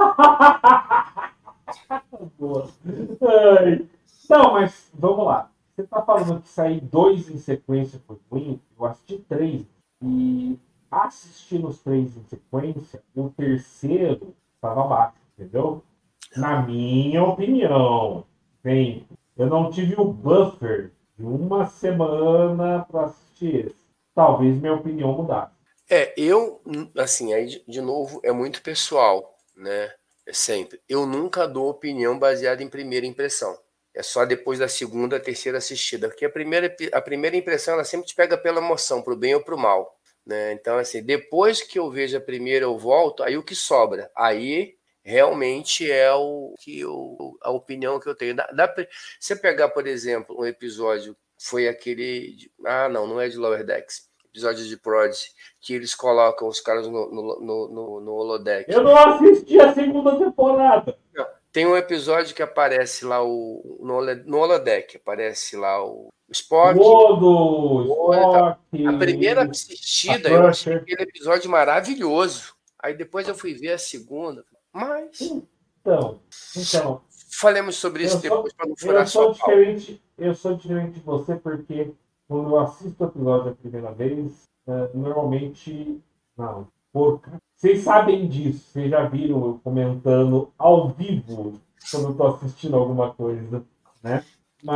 Boa. Ai. Não, mas vamos lá. Você tá falando que sair dois em sequência foi ruim? Eu assisti três. E assistindo os três em sequência, o terceiro estava baixo, entendeu? Na minha opinião. Bem, eu não tive o buffer de uma semana para assistir esse. Talvez minha opinião mudasse. É, eu, assim, aí de novo, é muito pessoal, né? É sempre. Eu nunca dou opinião baseada em primeira impressão. É só depois da segunda, terceira assistida. Porque a primeira, a primeira impressão, ela sempre te pega pela emoção, pro bem ou pro mal, né? Então, assim, depois que eu vejo a primeira, eu volto, aí o que sobra? Aí, realmente, é o que eu, a opinião que eu tenho. Dá, dá pra, você pegar, por exemplo, um episódio, foi aquele... De, ah, não, não é de Lower Decks. Episódio de Prodigy, que eles colocam os caras no, no, no, no, no holodeck. Eu não assisti a segunda temporada. Não, tem um episódio que aparece lá o, no, no holodeck, aparece lá o Spock. Odo, Spock. A primeira assistida, eu achei aquele episódio maravilhoso. Aí depois eu fui ver a segunda. Mas... Então, então falemos sobre isso depois para não furar eu sou sua pau. diferente, Eu sou diferente de você porque... Quando eu assisto o episódio a primeira vez, uh, normalmente... Não, porca. Vocês sabem disso. Vocês já viram eu comentando ao vivo quando eu estou assistindo alguma coisa, né?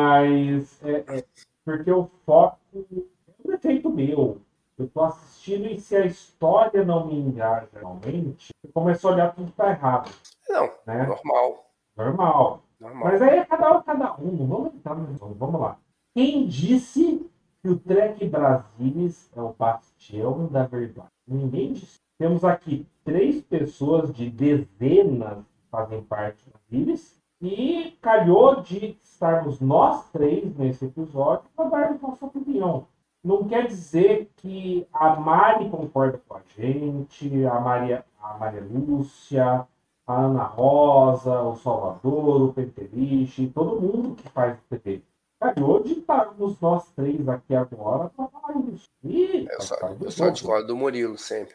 Mas é, é porque o foco é um defeito meu. Eu estou assistindo e se a história não me engaja realmente, eu começo a olhar tudo que está errado. Não, né? normal. Normal. normal. Mas aí é cada um, cada um. Não vamos entrar no... Vamos lá. Quem disse que o Trek Brasilis é o bastião da verdade? Ninguém disse. Temos aqui três pessoas de dezenas que fazem parte do Brasilis e calhou de estarmos nós três nesse episódio para dar nossa opinião. Não quer dizer que a Mari concorda com a gente, a Maria, a Maria Lúcia, a Ana Rosa, o Salvador, o Penteliche, todo mundo que faz o T V. Calhou de estarmos nós três aqui agora para falar isso. E eu só, eu só discordo do Murilo sempre.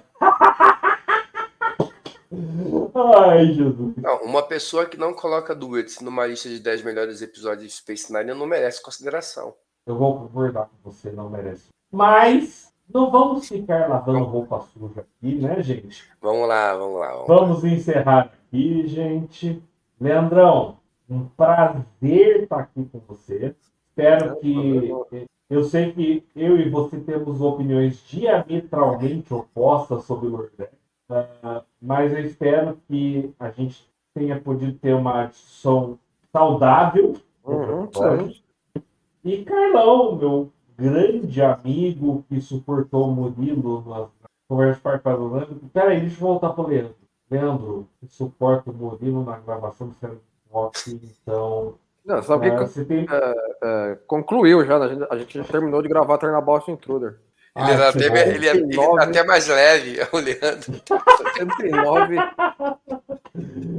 Ai, Jesus. Não, uma pessoa que não coloca Duets numa lista de dez melhores episódios de Space Nine não merece consideração. Eu vou concordar com você, não merece. Mas não vamos ficar lavando roupa suja aqui, né, gente? Vamos lá, vamos lá. Vamos, vamos lá. encerrar aqui, gente. Leandrão, um prazer estar aqui com você. Espero que... Eu sei que eu e você temos opiniões diametralmente opostas sobre o Lordex, uh, mas eu espero que a gente tenha podido ter uma discussão saudável. Uhum, e Carlão, meu grande amigo que suportou o Murilo nas conversas participadas do Leandro. Peraí, deixa eu voltar para o Leandro. Leandro, que suporta o Murilo na gravação do Sério Rock, então... Não, só que uh, você tem... uh, uh, concluiu já, a gente, a gente terminou de gravar Turnabout Intruder. Ele, ah, até, ele, ele, ele tá até mais leve, o Leandro. setenta e nove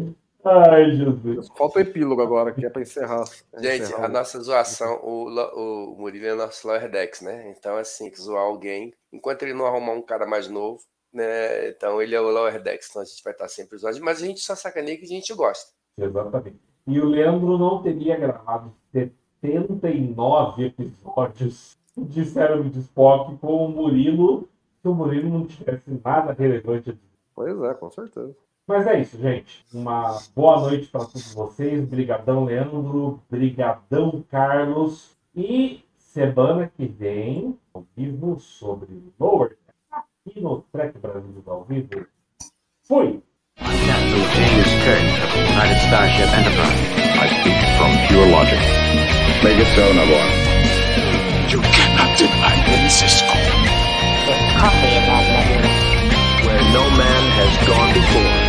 Ai, Jesus. Falta o epílogo agora, que é pra encerrar. Gente, encerrar a o- nossa zoação, o, Lo- o Murilo é nosso Lower Decks, né? Então, assim, que zoar alguém, enquanto ele não arrumar um cara mais novo, né? Então, ele é o Lower Decks, então a gente vai estar sempre zoando, mas a gente só sacaneia que a gente gosta. Exatamente. E o Leandro não teria gravado setenta e nove episódios de Cérebro de Spock com o Murilo se o Murilo não tivesse nada relevante a dizer. Pois é, com certeza. Mas é isso, gente. Uma boa noite para todos vocês. Brigadão, Leandro. Brigadão, Carlos. E semana que vem, ao vivo, sobre Lower, aqui no Trek Brasil ao vivo. Fui! Captain James Kirk of the United Starship Enterprise. I speak from pure logic. Make it so, Navarro. You cannot deny me, Cisco. With coffee in that lagoon. Where no man has gone before.